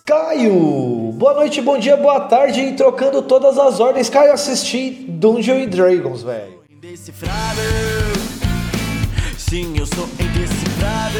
Caio! Boa noite, bom dia, boa tarde e trocando todas as ordens. Caio, assisti Dungeons & Dragons, velho. Indecifrável. Sim, eu sou indecifrável.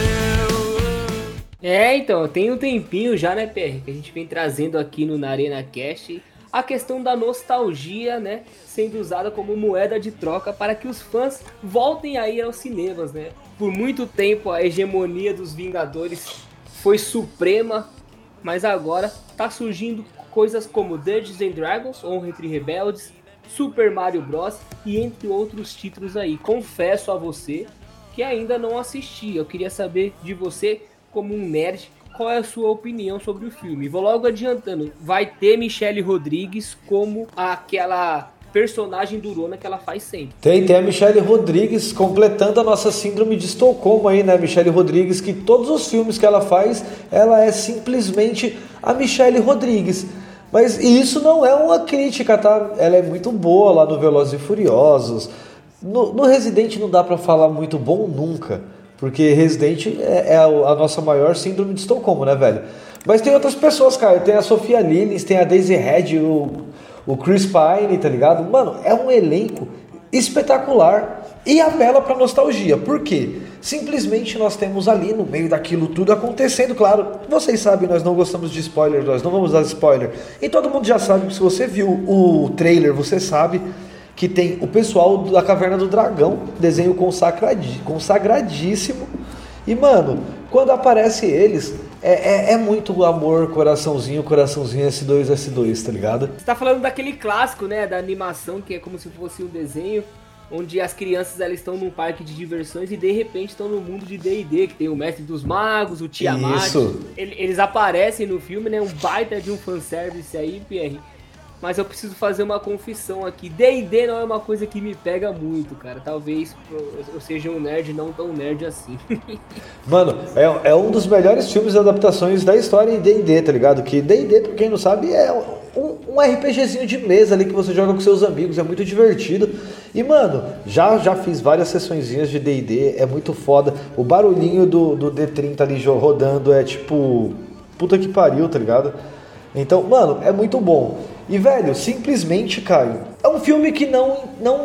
Então, tem um tempinho já, né, PR, que a gente vem trazendo aqui no Na Arena Cast a questão da nostalgia, né, sendo usada como moeda de troca para que os fãs voltem aí aos cinemas, né. Por muito tempo a hegemonia dos Vingadores foi suprema, mas agora tá surgindo coisas como Dungeons & Dragons, Honra entre Rebeldes, Super Mario Bros. E entre outros títulos aí. Confesso a você que ainda não assisti. Eu queria saber de você, como um nerd, qual é a sua opinião sobre o filme. Vou logo adiantando, vai ter Michelle Rodrigues como aquela personagem durona que ela faz sempre. Tem a Michelle Rodrigues completando a nossa síndrome de Estocolmo aí, né? Michelle Rodrigues, que todos os filmes que ela faz, ela é simplesmente a Michelle Rodrigues. Mas isso não é uma crítica, tá? Ela é muito boa lá no Velozes e Furiosos. No Resident não dá pra falar muito bom nunca, porque Resident é a nossa maior síndrome de Estocolmo, né, velho? Mas tem outras pessoas, cara. Tem a Sofia Lillis, tem a Daisy Head, o Chris Pine, tá ligado? Mano, é um elenco espetacular e apela pra nostalgia. Por quê? Simplesmente nós temos ali no meio daquilo tudo acontecendo, claro. Vocês sabem, nós não gostamos de spoiler, nós não vamos dar spoiler. E todo mundo já sabe que se você viu o trailer, você sabe que tem o pessoal da Caverna do Dragão, desenho consagradíssimo. E, mano, quando aparece eles, é muito amor, coraçãozinho, S2, tá ligado? Você tá falando daquele clássico, né, da animação, que é como se fosse um desenho, onde as crianças elas estão num parque de diversões e de repente estão no mundo de D&D, que tem o Mestre dos Magos, o Tiamat. Isso. Eles aparecem no filme, né, um baita de um fanservice aí, Pierre. Mas eu preciso fazer uma confissão aqui. D&D não é uma coisa que me pega muito, cara. Talvez eu seja um nerd não tão nerd assim. Mano, é um dos melhores filmes e adaptações da história em D&D, tá ligado? Que D&D, pra quem não sabe, é um RPGzinho de mesa ali que você joga com seus amigos. É muito divertido. E, mano, já fiz várias sessõezinhas de D&D. É muito foda. O barulhinho do D30 ali rodando é tipo... Puta que pariu, tá ligado? Então, mano, é muito bom. E, velho, simplesmente, Caio, é um filme que não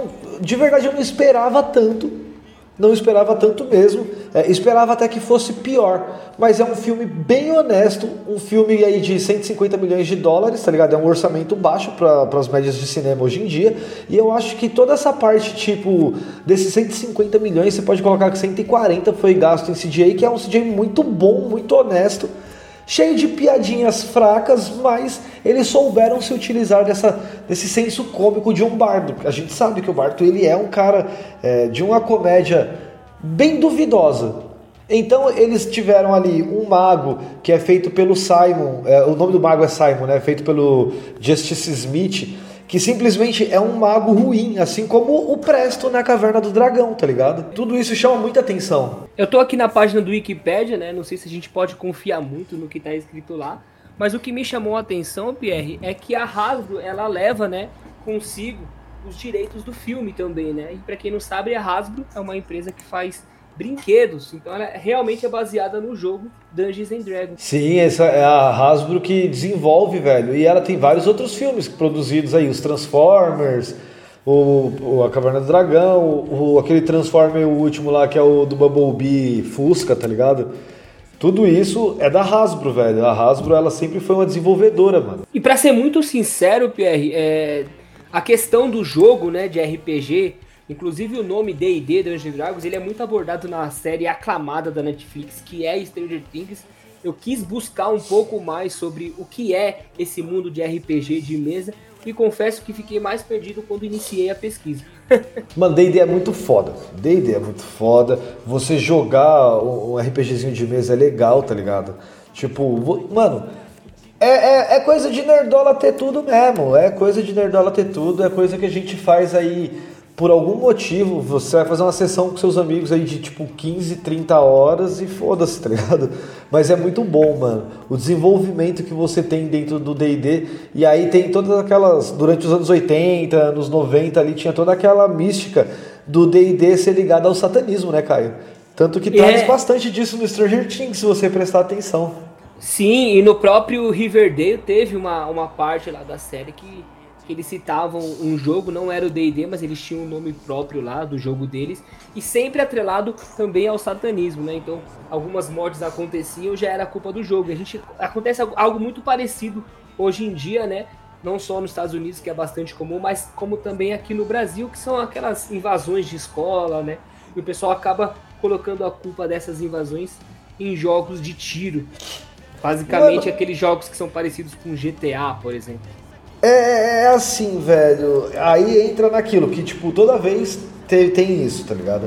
de verdade eu não esperava tanto. Não esperava tanto mesmo. Esperava até que fosse pior. Mas é um filme bem honesto. Um filme aí de 150 milhões de dólares, tá ligado? É um orçamento baixo para as médias de cinema hoje em dia. E eu acho que toda essa parte, tipo, desses 150 milhões, você pode colocar que 140 foi gasto em CGI, que é um CGI muito bom, muito honesto. Cheio de piadinhas fracas, mas eles souberam se utilizar desse senso cômico de um bardo. A gente sabe que o Bardo ele é um cara de uma comédia bem duvidosa. Então eles tiveram ali um mago que é feito pelo Simon, o nome do mago é Simon, né? Feito pelo Justice Smith, que simplesmente é um mago ruim, assim como o Presto na Caverna do Dragão, tá ligado? Tudo isso chama muita atenção. Eu tô aqui na página do Wikipedia, né? Não sei se a gente pode confiar muito no que tá escrito lá, mas o que me chamou a atenção, Pierre, é que a Hasbro, ela leva, né, consigo os direitos do filme também, né? E pra quem não sabe, a Hasbro é uma empresa que faz brinquedos, então ela realmente é baseada no jogo Dungeons & Dragons. Sim, essa é a Hasbro que desenvolve, velho, e ela tem vários outros filmes produzidos aí, os Transformers, a Caverna do Dragão, aquele Transformer o último lá que é o do Bumblebee Fusca, tá ligado? Tudo isso é da Hasbro, velho. A Hasbro, ela sempre foi uma desenvolvedora, mano. E pra ser muito sincero, Pierre, a questão do jogo, né, de RPG, inclusive o nome D&D, Dungeons & Dragons, ele é muito abordado na série aclamada da Netflix, que é Stranger Things. Eu quis buscar um pouco mais sobre o que é esse mundo de RPG de mesa e confesso que fiquei mais perdido quando iniciei a pesquisa. Mano, D&D é muito foda. D&D é muito foda. Você jogar um RPGzinho de mesa é legal, tá ligado? Tipo, mano, é coisa de nerdola ter tudo mesmo. É coisa de nerdola ter tudo. É coisa que a gente faz aí por algum motivo. Você vai fazer uma sessão com seus amigos aí de tipo 15, 30 horas e foda-se, tá ligado? Mas é muito bom, mano. O desenvolvimento que você tem dentro do D&D. E aí tem todas aquelas... Durante os anos 80, anos 90 ali, tinha toda aquela mística do D&D ser ligado ao satanismo, né, Caio? Tanto que traz bastante disso no Stranger Things, se você prestar atenção. Sim, e no próprio Riverdale teve uma parte lá da série que eles citavam um jogo, não era o D&D, mas eles tinham um nome próprio lá do jogo deles, e sempre atrelado também ao satanismo, né? Então, algumas mortes aconteciam, já era culpa do jogo. Acontece algo muito parecido hoje em dia, né? Não só nos Estados Unidos, que é bastante comum, mas como também aqui no Brasil, que são aquelas invasões de escola, né? E o pessoal acaba colocando a culpa dessas invasões em jogos de tiro. Basicamente, aqueles jogos que são parecidos com GTA, por exemplo. É assim, velho. Aí entra naquilo que, tipo, toda vez tem isso, tá ligado?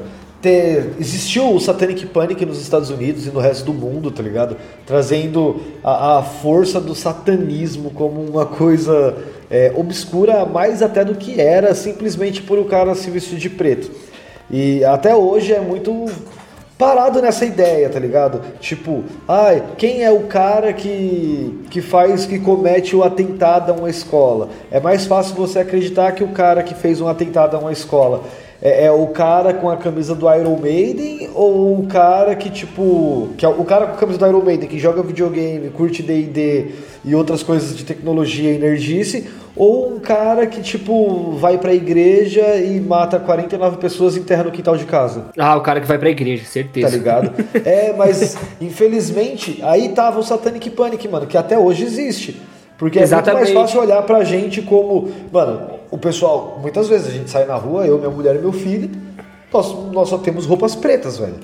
Existiu o Satanic Panic nos Estados Unidos e no resto do mundo, tá ligado? Trazendo a força do satanismo como uma coisa obscura, mais até do que era, simplesmente por o cara se vestir de preto. E até hoje é muito parado nessa ideia, tá ligado? Tipo, quem é o cara que comete o atentado a uma escola? É mais fácil você acreditar que o cara que fez um atentado a uma escola é o cara com a camisa do Iron Maiden, ou o cara que, tipo, que é o cara com a camisa do Iron Maiden que joga videogame, curte D&D e outras coisas de tecnologia e energice, ou um cara que, tipo, vai pra igreja e mata 49 pessoas e enterra no quintal de casa. Ah, o cara que vai pra igreja, certeza. Tá ligado? Mas infelizmente, aí tava o Satanic Panic, mano, que até hoje existe. Porque Exatamente. É muito mais fácil olhar pra gente como... Mano, o pessoal, muitas vezes a gente sai na rua, eu, minha mulher e meu filho, nós só temos roupas pretas, velho.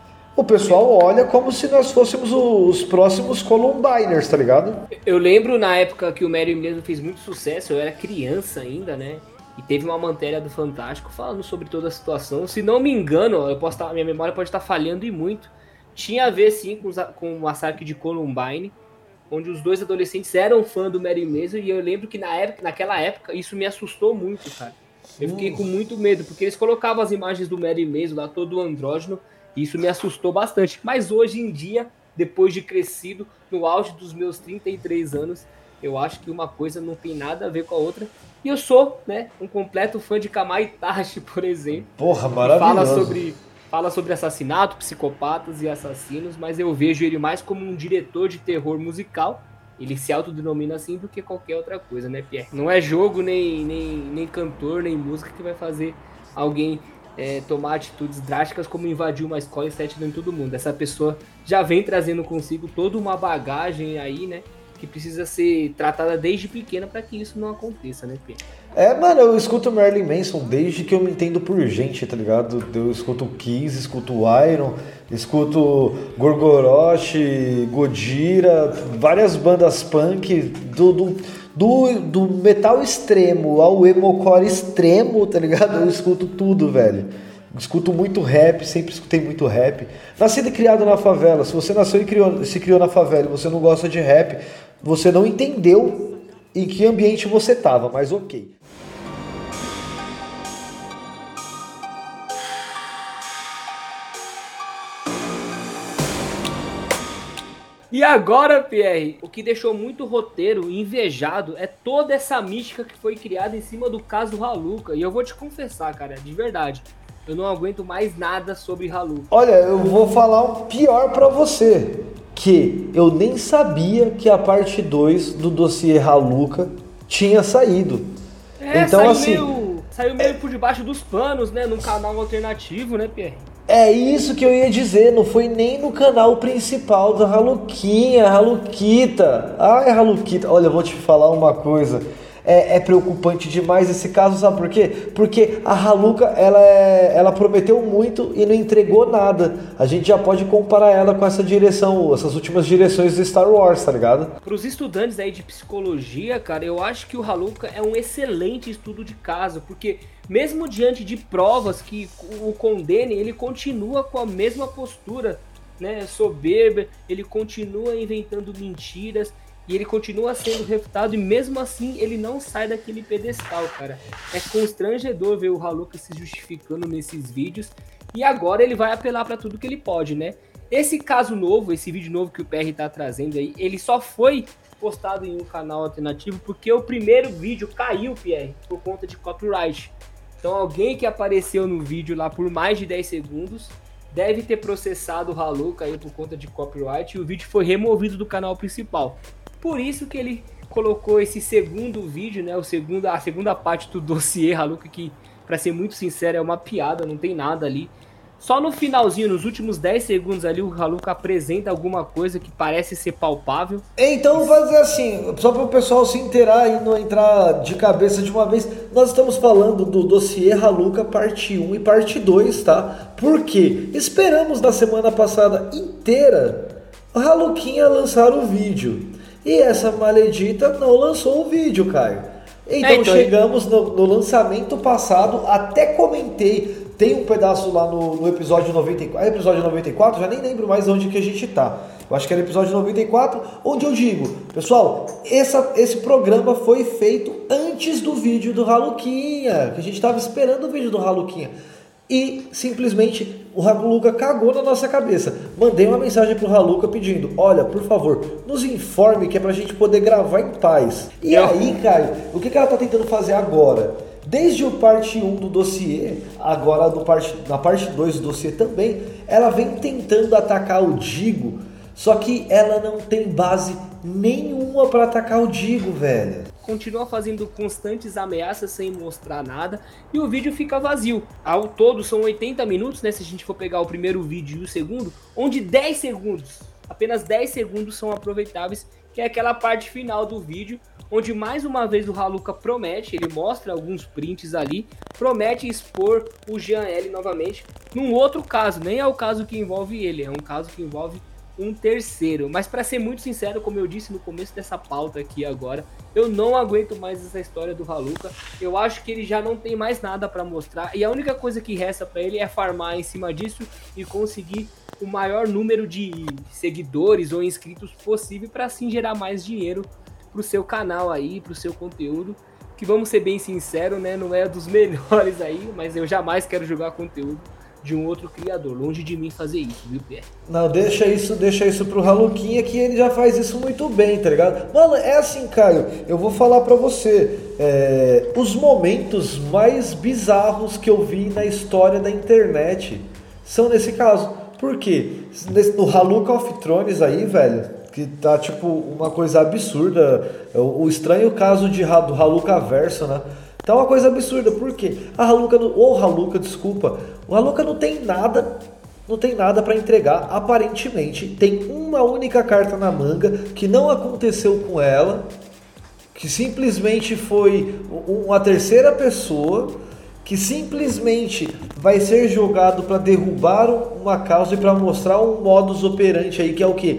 O pessoal olha como se nós fôssemos os próximos Columbiners, tá ligado? Eu lembro na época que o Mary mesmo fez muito sucesso, eu era criança ainda, né? E teve uma matéria do Fantástico falando sobre toda a situação. Se não me engano, minha memória pode estar falhando e muito. Tinha a ver, sim, com o massacre de Columbine, onde os dois adolescentes eram fã do Mary Mason, e eu lembro que naquela época isso me assustou muito, cara. Eu fiquei com muito medo, porque eles colocavam as imagens do Mary Mason lá, todo andrógeno, e isso me assustou bastante. Mas hoje em dia, depois de crescido, no auge dos meus 33 anos, eu acho que uma coisa não tem nada a ver com a outra. E eu sou, né, um completo fã de Kama Itachi, por exemplo. Porra, maravilhoso. Fala sobre assassinato, psicopatas e assassinos, mas eu vejo ele mais como um diretor de terror musical. Ele se autodenomina assim do que qualquer outra coisa, né, Pierre? Não é jogo, nem cantor, nem música que vai fazer alguém tomar atitudes drásticas como invadir uma escola e sair atirando todo mundo. Essa pessoa já vem trazendo consigo toda uma bagagem aí, né, que precisa ser tratada desde pequena para que isso não aconteça, né, Pierre? Mano, eu escuto Marilyn Manson desde que eu me entendo por gente, tá ligado? Eu escuto Kiss, escuto Iron, escuto Gorgoroth, Gojira, várias bandas punk, do metal extremo ao emocore extremo, tá ligado? Eu escuto tudo, velho. Escuto muito rap, sempre escutei muito rap. Nascido e criado na favela, se você nasceu e se criou na favela e você não gosta de rap, você não entendeu em que ambiente você tava, mas ok. E agora, Pierre, o que deixou muito o roteiro invejado é toda essa mística que foi criada em cima do caso Haluca. E eu vou te confessar, cara, de verdade, eu não aguento mais nada sobre Haluca. Olha, eu vou falar um pior pra você, que eu nem sabia que a parte 2 do dossiê Haluca tinha saído. Então, saiu meio por debaixo dos panos, né, num canal alternativo, né, Pierre? É isso que eu ia dizer, não foi nem no canal principal da Haluquinha, Haluquita. Ai, Haluquita, olha, eu vou te falar uma coisa. É preocupante demais esse caso, sabe por quê? Porque a Haluca, ela prometeu muito e não entregou nada. A gente já pode comparar ela com essas últimas direções de Star Wars, tá ligado? Para os estudantes aí de psicologia, cara, eu acho que o Haluca é um excelente estudo de caso, porque mesmo diante de provas que o condenem, ele continua com a mesma postura, né, soberba, ele continua inventando mentiras, e ele continua sendo refutado, e mesmo assim ele não sai daquele pedestal, cara. É constrangedor ver o Haluca se justificando nesses vídeos, e agora ele vai apelar pra tudo que ele pode, né? Esse caso novo, esse vídeo novo que o PR tá trazendo aí, ele só foi postado em um canal alternativo porque o primeiro vídeo caiu, PR, por conta de copyright. Então alguém que apareceu no vídeo lá por mais de 10 segundos deve ter processado o Haluka aí por conta de copyright e o vídeo foi removido do canal principal. Por isso que ele colocou esse segundo vídeo, né, a segunda parte do dossiê Haluka, que, pra ser muito sincero, é uma piada, não tem nada ali. Só no finalzinho, nos últimos 10 segundos ali, o Haluka apresenta alguma coisa que parece ser palpável. Então, fazer assim, só para o pessoal se inteirar e não entrar de cabeça de uma vez, nós estamos falando do dossiê Haluka parte 1 e parte 2, tá? Porque esperamos na semana passada inteira o Haluquinha lançar o vídeo. E essa maledita não lançou o vídeo, Caio. Então chegamos no lançamento passado, até comentei. Tem um pedaço lá no episódio 94, episódio 94, já nem lembro mais onde que a gente tá. Eu acho que era episódio 94, onde eu digo, pessoal, esse programa foi feito antes do vídeo do Haluquinha, que a gente tava esperando o vídeo do Haluquinha. E simplesmente o Haluka cagou na nossa cabeça. Mandei uma mensagem pro Haluka pedindo, olha, por favor, nos informe que é pra gente poder gravar em paz. E aí, Caio, o que ela tá tentando fazer agora? Desde o parte 1 do dossiê, agora na parte 2 do dossiê também, ela vem tentando atacar o Digo, só que ela não tem base nenhuma para atacar o Digo, velho. Continua fazendo constantes ameaças sem mostrar nada e o vídeo fica vazio. Ao todo são 80 minutos, né, se a gente for pegar o primeiro vídeo e o segundo, onde 10 segundos, apenas 10 segundos são aproveitáveis, que é aquela parte final do vídeo, onde mais uma vez o Haluka promete, ele mostra alguns prints ali, promete expor o Jean L novamente, num outro caso, nem é o caso que envolve ele, é um caso que envolve um terceiro. Mas para ser muito sincero, como eu disse no começo dessa pauta aqui agora, eu não aguento mais essa história do Haluka, eu acho que ele já não tem mais nada para mostrar, e a única coisa que resta para ele é farmar em cima disso e conseguir o maior número de seguidores ou inscritos possível para assim gerar mais dinheiro pro seu canal aí, pro seu conteúdo, que vamos ser bem sinceros, né, não é dos melhores aí, mas eu jamais quero jogar conteúdo de um outro criador, longe de mim fazer isso, viu, Pierre? Não, deixa isso pro Haluquinha, que ele já faz isso muito bem, tá ligado? Mano, é assim, Caio, eu vou falar pra você, os momentos mais bizarros que eu vi na história da internet são nesse caso. Por quê? No Haluka of Thrones aí, velho, que tá tipo uma coisa absurda, o estranho caso do Haluka Verso, né? Tá uma coisa absurda, por quê? O Haluka não tem nada para entregar, aparentemente. Tem uma única carta na manga que não aconteceu com ela, que simplesmente foi uma terceira pessoa, que simplesmente vai ser jogado para derrubar uma causa e para mostrar um modus operandi aí, que é o quê?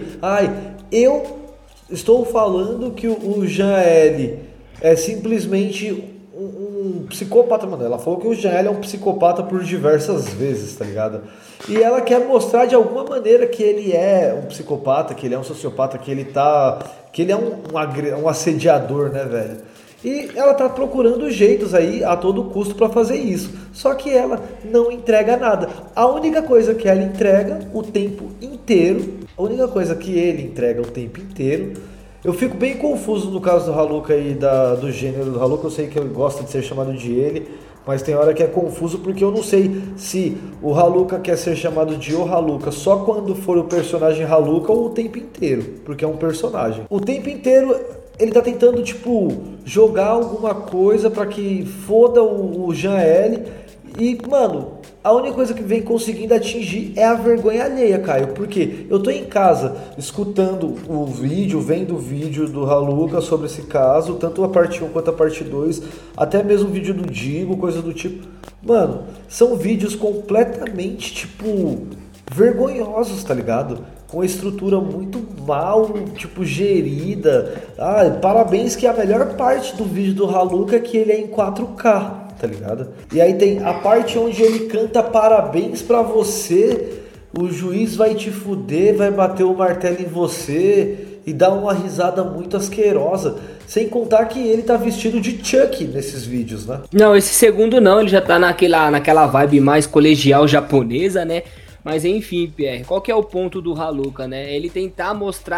Eu estou falando que o Jean L é simplesmente um psicopata, mano. Ela falou que o Jean L é um psicopata por diversas vezes, tá ligado? E ela quer mostrar de alguma maneira que ele é um psicopata, que ele é um sociopata, que ele é um assediador, né, velho? E ela tá procurando jeitos aí a todo custo para fazer isso. Só que ela não entrega nada. A única coisa que ela entrega o tempo inteiro, a única coisa que ele entrega o tempo inteiro. Eu fico bem confuso no caso do Haluka e do gênero do Haluka. Eu sei que ele gosta de ser chamado de ele, mas tem hora que é confuso porque eu não sei se o Haluka quer ser chamado de o Haluka só quando for o personagem Haluka ou o tempo inteiro, porque é um personagem. O tempo inteiro ele tá tentando, tipo, jogar alguma coisa pra que foda o Jean L. E, mano, a única coisa que vem conseguindo atingir é a vergonha alheia, Caio. Porque eu tô em casa escutando o vídeo, vendo o vídeo do Haluka sobre esse caso, tanto a parte 1 quanto a parte 2, até mesmo o vídeo do Digo, coisa do tipo. Mano, são vídeos completamente, tipo, vergonhosos, tá ligado? Com a estrutura muito mal, tipo, gerida. Parabéns que a melhor parte do vídeo do Haluka é que ele é em 4K, tá ligado? E aí tem a parte onde ele canta parabéns pra você, o juiz vai te fuder, vai bater o martelo em você e dá uma risada muito asquerosa. Sem contar que ele tá vestido de Chuck nesses vídeos, né? Não, esse segundo não, ele já tá naquela vibe mais colegial japonesa, né? Mas enfim, Pierre, qual que é o ponto do Haluka, né? Ele tentar mostrar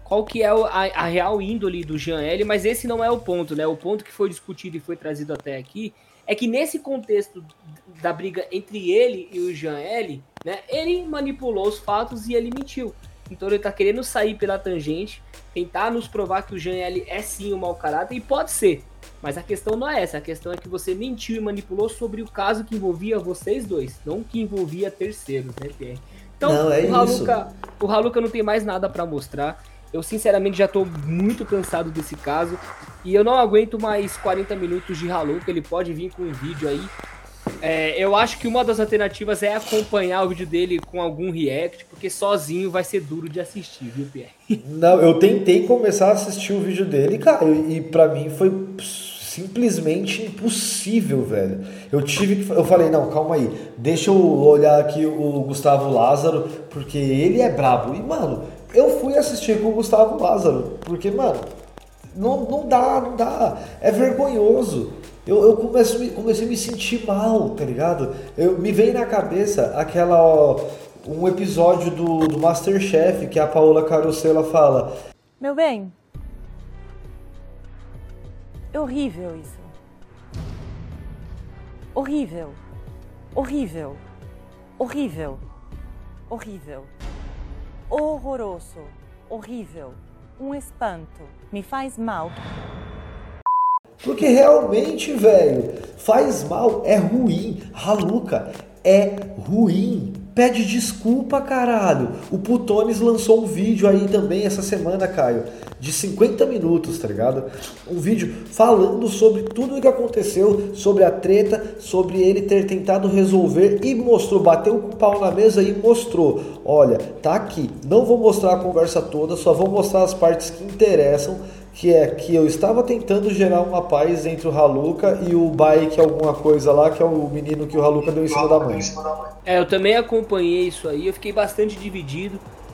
qual que é a real índole do Jean L, mas esse não é o ponto, né? O ponto que foi discutido e foi trazido até aqui é que nesse contexto da briga entre ele e o Jean L, né, ele manipulou os fatos e ele mentiu. Então ele tá querendo sair pela tangente, tentar nos provar que o Jean L é sim um mau caráter, e pode ser. Mas a questão não é essa, a questão é que você mentiu e manipulou sobre o caso que envolvia vocês dois, não que envolvia terceiros, né, Pierre? Então, Não, é o Haluka não tem mais nada pra mostrar. Eu, sinceramente, já tô muito cansado desse caso. E eu não aguento mais 40 minutos de Haluka. Ele pode vir com um vídeo aí. Eu acho que uma das alternativas é acompanhar o vídeo dele com algum react, porque sozinho vai ser duro de assistir, viu, Pierre? Não, eu tentei começar a assistir o vídeo dele, cara, e pra mim foi simplesmente impossível, velho. Eu falei, não, calma aí, deixa eu olhar aqui o Gustavo Lázaro, porque ele é brabo. E, mano, eu fui assistir com o Gustavo Lázaro, porque, mano, não dá, é vergonhoso. Eu comecei a me sentir mal, tá ligado? Me veio na cabeça um episódio do Masterchef que a Paola Carosella fala: Meu bem, é horrível isso. Horrível. Horrível. Horrível. Horrível. Horroroso. Horrível. Um espanto. Me faz mal. Porque realmente, velho, faz mal, é ruim. Haluka é ruim. Pede desculpa, caralho. O Putones lançou um vídeo aí também essa semana, Caio, de 50 minutos, tá ligado? Um vídeo falando sobre tudo o que aconteceu, sobre a treta, sobre ele ter tentado resolver e mostrou, bateu o pau na mesa e mostrou. Olha, tá aqui. Não vou mostrar a conversa toda, só vou mostrar as partes que interessam, que é que eu estava tentando gerar uma paz entre o Haluka e o Bike alguma coisa lá, que é o menino que o Haluka deu em cima da mãe. Eu também acompanhei isso aí, eu fiquei bastante dividido,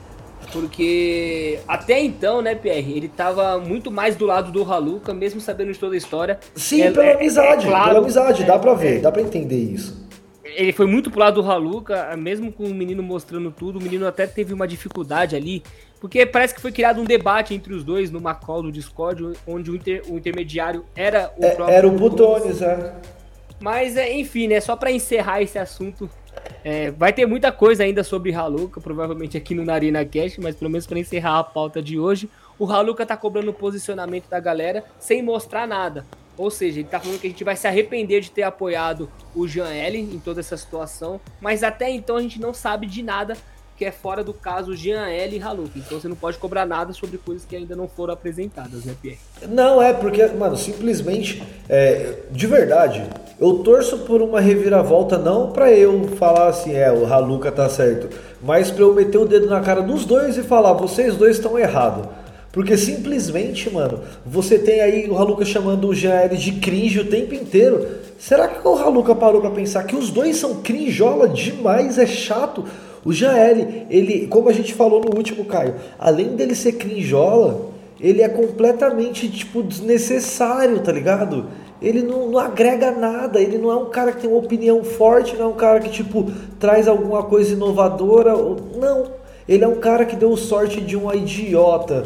porque até então, né, Pierre, ele tava muito mais do lado do Haluka, mesmo sabendo de toda a história. Sim, pela amizade, dá pra ver, dá pra entender isso. Ele foi muito pro lado do Haluka, mesmo com o menino mostrando tudo, o menino até teve uma dificuldade ali, porque parece que foi criado um debate entre os dois numa call do Discord, onde o intermediário era o próprio... Era o Putones, Mas, enfim, né, só pra encerrar esse assunto, vai ter muita coisa ainda sobre Haluka, provavelmente aqui no Narina Cast, mas pelo menos pra encerrar a pauta de hoje, o Haluka tá cobrando o posicionamento da galera sem mostrar nada. Ou seja, ele tá falando que a gente vai se arrepender de ter apoiado o Jean L em toda essa situação, mas até então a gente não sabe de nada que é fora do caso Jean L e Haluka. Então você não pode cobrar nada sobre coisas que ainda não foram apresentadas, né, Pierre? Não, porque, mano, simplesmente, de verdade, eu torço por uma reviravolta, não pra eu falar assim, o Haluka tá certo, mas pra eu meter o dedo na cara dos dois e falar, vocês dois estão errados. Porque simplesmente, mano, você tem aí o Haluka chamando o Jean L de cringe o tempo inteiro. Será que o Haluka parou pra pensar que os dois são crinjola demais, é chato? O Jean L, ele, como a gente falou no último, Caio, além dele ser crinjola, ele é completamente, desnecessário, tá ligado? Ele não agrega nada, ele não é um cara que tem uma opinião forte, não é um cara que, traz alguma coisa inovadora, não. Ele é um cara que deu sorte de um idiota,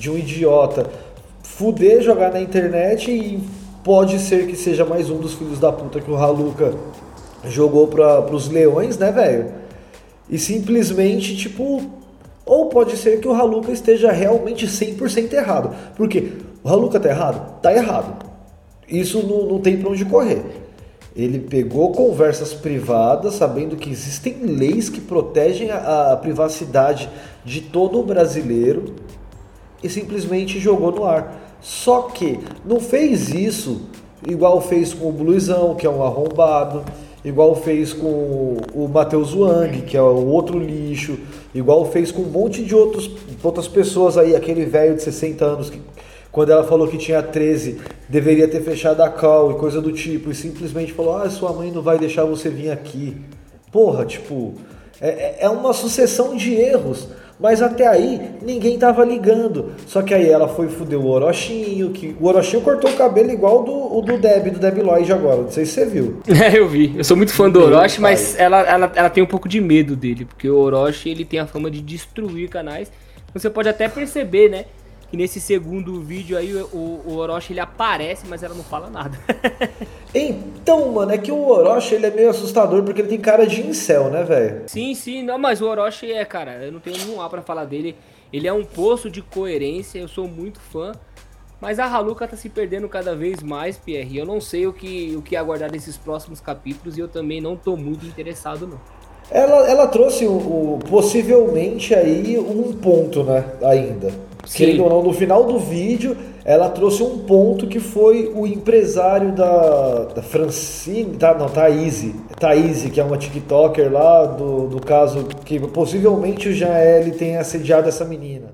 fuder, jogar na internet e pode ser que seja mais um dos filhos da puta que o Haluka jogou pros leões, né, velho? E simplesmente, ou pode ser que o Haluka esteja realmente 100% errado. Porque o Haluka tá errado? Tá errado. Isso não tem pra onde correr. Ele pegou conversas privadas, sabendo que existem leis que protegem a privacidade de todo brasileiro, e simplesmente jogou no ar. Só que não fez isso igual fez com o Bluizão, que é um arrombado, igual fez com o Matheus Wang, que é o outro lixo, igual fez com um monte de outras pessoas aí, aquele velho de 60 anos que, quando ela falou que tinha 13, deveria ter fechado a call e coisa do tipo, e simplesmente falou, sua mãe não vai deixar você vir aqui. Porra, é uma sucessão de erros, mas até aí ninguém tava ligando. Só que aí ela foi fuder o Orochinho, que o Orochinho cortou o cabelo igual do Deb Lloyd agora, não sei se você viu. Eu vi, eu sou muito fã do Orochi, mas ela tem um pouco de medo dele, porque o Orochi, ele tem a fama de destruir canais. Você pode até perceber, né? Que nesse segundo vídeo aí o Orochi ele aparece, mas ela não fala nada. Então, mano, é que o Orochi ele é meio assustador porque ele tem cara de incel, né, velho? Sim, não, mas o Orochi cara, eu não tenho nenhum A pra falar dele. Ele é um poço de coerência, eu sou muito fã. Mas a Haruka tá se perdendo cada vez mais, Pierre. Eu não sei o que aguardar desses próximos capítulos e eu também não tô muito interessado, não. Ela trouxe possivelmente aí um ponto, né, ainda. Sim. Querendo ou não, no final do vídeo, ela trouxe um ponto que foi o empresário da Francine, Thaís, que é uma TikToker lá do caso que possivelmente o Jael tenha assediado essa menina.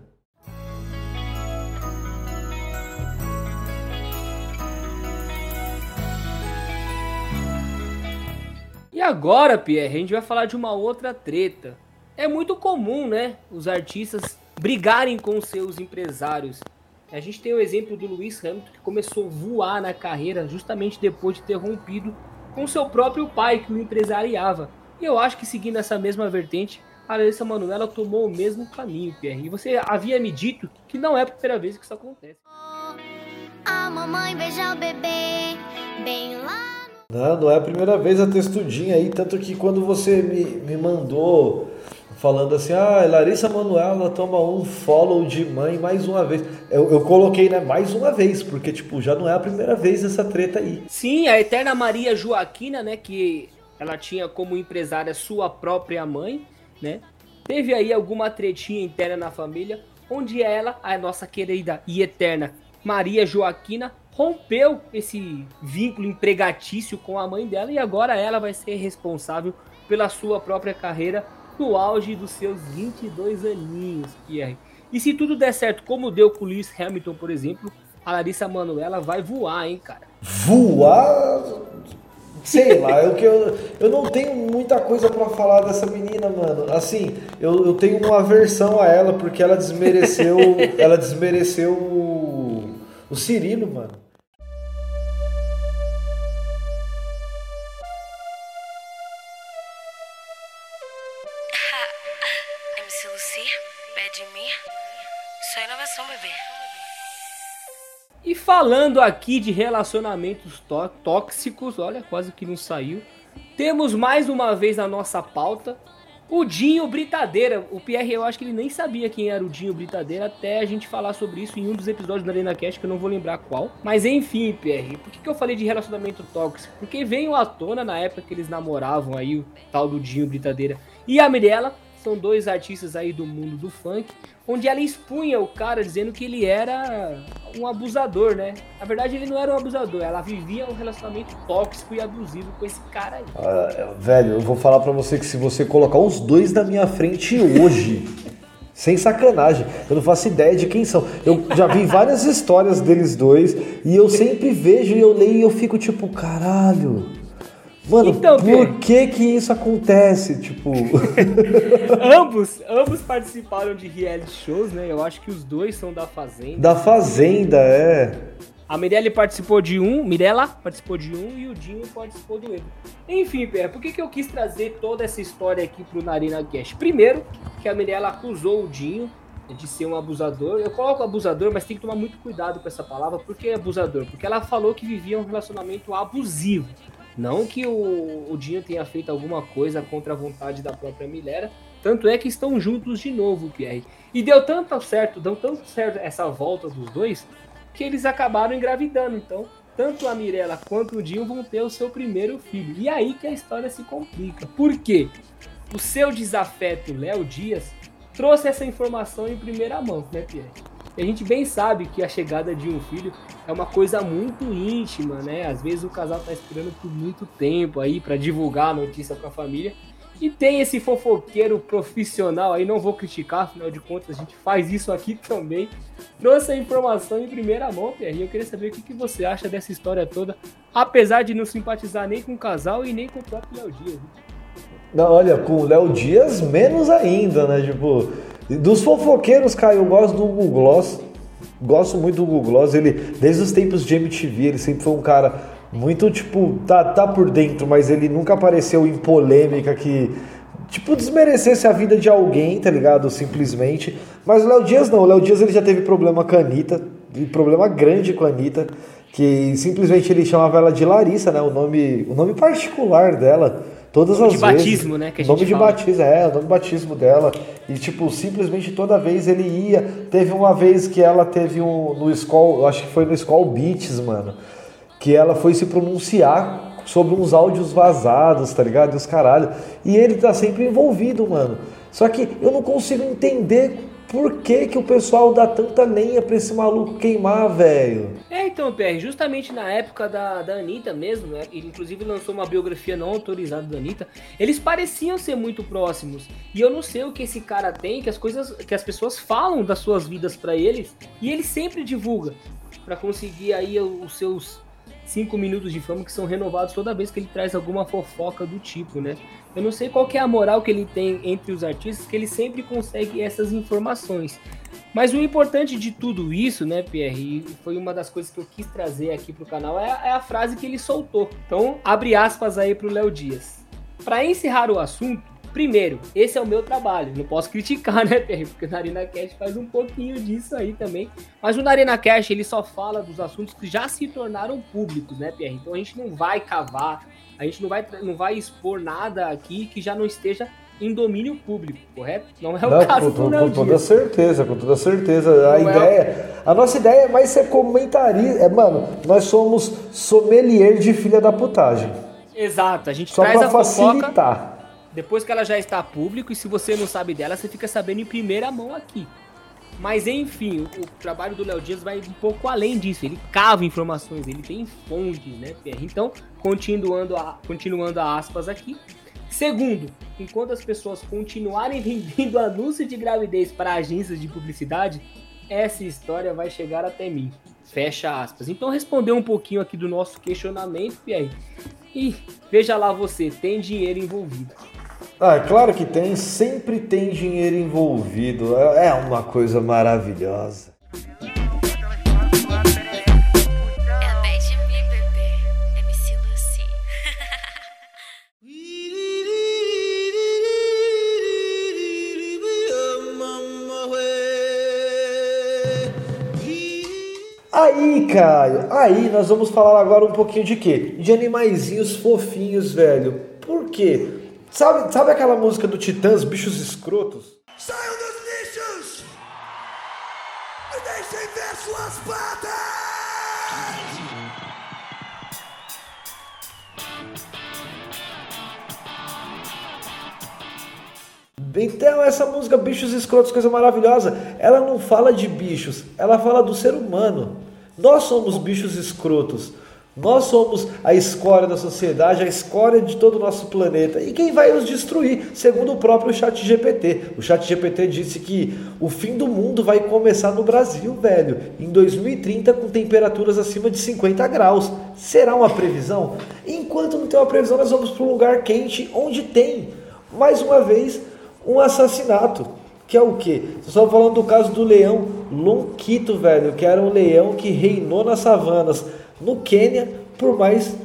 E agora, Pierre, a gente vai falar de uma outra treta. É muito comum, né, os artistas brigarem com seus empresários. A gente tem o exemplo do Lewis Hamilton, que começou a voar na carreira justamente depois de ter rompido com seu próprio pai, que o empresariava. E eu acho que seguindo essa mesma vertente, a Larissa Manoela tomou o mesmo caminho, Pierre. E você havia me dito que não é a primeira vez que isso acontece. A mamãe beija o bebê bem lá. Não é a primeira vez a textudinha aí, tanto que quando você me mandou falando assim, Larissa Manoela toma um follow de mãe mais uma vez. Eu coloquei, né, mais uma vez, porque, tipo, já não é a primeira vez essa treta aí. Sim, a eterna Maria Joaquina, né, que ela tinha como empresária sua própria mãe, né, teve aí alguma tretinha interna na família, onde ela, a nossa querida e eterna Maria Joaquina, rompeu esse vínculo empregatício com a mãe dela e agora ela vai ser responsável pela sua própria carreira no auge dos seus 22 aninhos, Pierre. E se tudo der certo, como deu com o Lewis Hamilton, por exemplo, a Larissa Manoela vai voar, hein, cara? Voar? Sei lá, eu não tenho muita coisa pra falar dessa menina, mano. Assim, eu tenho uma aversão a ela, porque ela desmereceu o Cirilo, mano. MC Lucy, pede em mim. Só inovação, bebê. E falando aqui de relacionamentos tóxicos, olha, quase que não saiu. Temos mais uma vez na nossa pauta o Dinho Britadeira. O Pierre, eu acho que ele nem sabia quem era o Dinho Britadeira até a gente falar sobre isso em um dos episódios da Arena Cast, que eu não vou lembrar qual. Mas enfim, Pierre, por que eu falei de relacionamento tóxico? Porque veio à tona na época que eles namoravam aí, o tal do Dinho Britadeira e a Mirella. São dois artistas aí do mundo do funk, onde ela expunha o cara dizendo que ele era um abusador, né? Na verdade, ele não era um abusador, ela vivia um relacionamento tóxico e abusivo com esse cara aí. Velho, eu vou falar pra você que se você colocar os dois na minha frente hoje, sem sacanagem, eu não faço ideia de quem são. Eu já vi várias histórias deles dois e eu sempre vejo e eu leio e eu fico tipo, caralho... Mano, então, por que isso acontece? Tipo... ambos participaram de reality shows, né? Eu acho que os dois são da Fazenda. Da Fazenda, é. A Mirella participou de um e o Dinho participou do outro. Enfim, Pé, por que eu quis trazer toda essa história aqui pro Narina Cast? Primeiro, que a Mirella acusou o Dinho de ser um abusador. Eu coloco abusador, mas tem que tomar muito cuidado com essa palavra. Por que abusador? Porque ela falou que vivia um relacionamento abusivo. Não que o Dinho tenha feito alguma coisa contra a vontade da própria Mirella, tanto é que estão juntos de novo, Pierre. E deu tanto certo essa volta dos dois, que eles acabaram engravidando. Então, tanto a Mirella quanto o Dinho vão ter o seu primeiro filho. E aí que a história se complica. Por quê? O seu desafeto, Léo Dias, trouxe essa informação em primeira mão, né, Pierre? E a gente bem sabe que a chegada de um filho é uma coisa muito íntima, né? Às vezes o casal tá esperando por muito tempo aí para divulgar a notícia com a família. E tem esse fofoqueiro profissional aí, não vou criticar, afinal de contas a gente faz isso aqui também. Trouxe a informação em primeira mão, Pierre, e eu queria saber o que você acha dessa história toda, apesar de não simpatizar nem com o casal e nem com o próprio Léo Dias. Não, olha, com o Léo Dias menos ainda, né? Tipo, dos fofoqueiros, cara, eu gosto do Hugo Gloss. Gosto muito do Hugo Gloss. Ele, desde os tempos de MTV, ele sempre foi um cara muito, tipo, tá por dentro, mas ele nunca apareceu em polêmica que tipo, desmerecesse a vida de alguém, tá ligado? Simplesmente. Mas o Léo Dias não. O Léo Dias ele já teve problema com a Anitta, problema grande com a Anitta, que simplesmente ele chamava ela de Larissa, né? O nome particular dela. Todas as vezes. De batismo, né? Que a gente nome de fala. batismo, o nome de batismo dela. E, tipo, simplesmente toda vez ele ia. Teve uma vez que ela teve no Skol, eu acho que foi no Skol Beats, mano, que ela foi se pronunciar sobre uns áudios vazados, tá ligado? E os caralho. E ele tá sempre envolvido, mano. Só que eu não consigo entender por que o pessoal dá tanta lenha pra esse maluco queimar, velho. Então, PR, justamente na época da Anitta mesmo, né? Ele inclusive lançou uma biografia não autorizada da Anitta. Eles pareciam ser muito próximos. E eu não sei o que esse cara tem, que as pessoas falam das suas vidas pra eles, e ele sempre divulga pra conseguir aí os seus 5 minutos de fama que são renovados toda vez que ele traz alguma fofoca do tipo, né? Eu não sei qual que é a moral que ele tem entre os artistas, que ele sempre consegue essas informações. Mas o importante de tudo isso, né, Pierre, e foi uma das coisas que eu quis trazer aqui pro canal, é a frase que ele soltou. Então, abre aspas aí pro Léo Dias. Para encerrar o assunto, primeiro, esse é o meu trabalho, não posso criticar, né, Pierre, porque o Narina Cash faz um pouquinho disso aí também. Mas o Narina Cash, ele só fala dos assuntos que já se tornaram públicos, né, Pierre? Então a gente não vai cavar, a gente não vai expor nada aqui que já não esteja em domínio público, correto? Não é o caso do Léo Dias. Com toda certeza. A nossa ideia é mais ser comentarista. Mano, nós somos sommelier de filha da putagem. Exato, a gente só traz pra a facilitar. fofoca depois que ela já está público, e se você não sabe dela, você fica sabendo em primeira mão aqui. Mas enfim, o trabalho do Léo Dias vai um pouco além disso, ele cava informações, ele tem fontes, né, Pierre? Então, continuando a aspas aqui. Segundo, enquanto as pessoas continuarem vendendo anúncio de gravidez para agências de publicidade, essa história vai chegar até mim. Fecha aspas. Então respondeu um pouquinho aqui do nosso questionamento, Pierre. E veja lá você, tem dinheiro envolvido. Ah, claro que tem, sempre tem dinheiro envolvido. É uma coisa maravilhosa. É a Bad Me, bebê. MC Lucy. Aí, Caio, nós vamos falar agora um pouquinho de quê? De animaizinhos fofinhos, velho. Por quê? Sabe aquela música do Titãs, Bichos Escrotos? Saiam dos lixos! E deixem ver suas patas! Então essa música Bichos Escrotos, coisa maravilhosa, ela não fala de bichos, ela fala do ser humano. Nós somos bichos escrotos. Nós somos a escória da sociedade, a escória de todo o nosso planeta. E quem vai os destruir? Segundo o próprio ChatGPT. O ChatGPT disse que o fim do mundo vai começar no Brasil, velho. Em 2030, com temperaturas acima de 50 graus. Será uma previsão? Enquanto não tem uma previsão, nós vamos para um lugar quente, onde tem, mais uma vez, um assassinato. Que é o quê? Vocês estão falando do caso do leão Lonquito, velho. Que era um leão que reinou nas savanas no Quênia por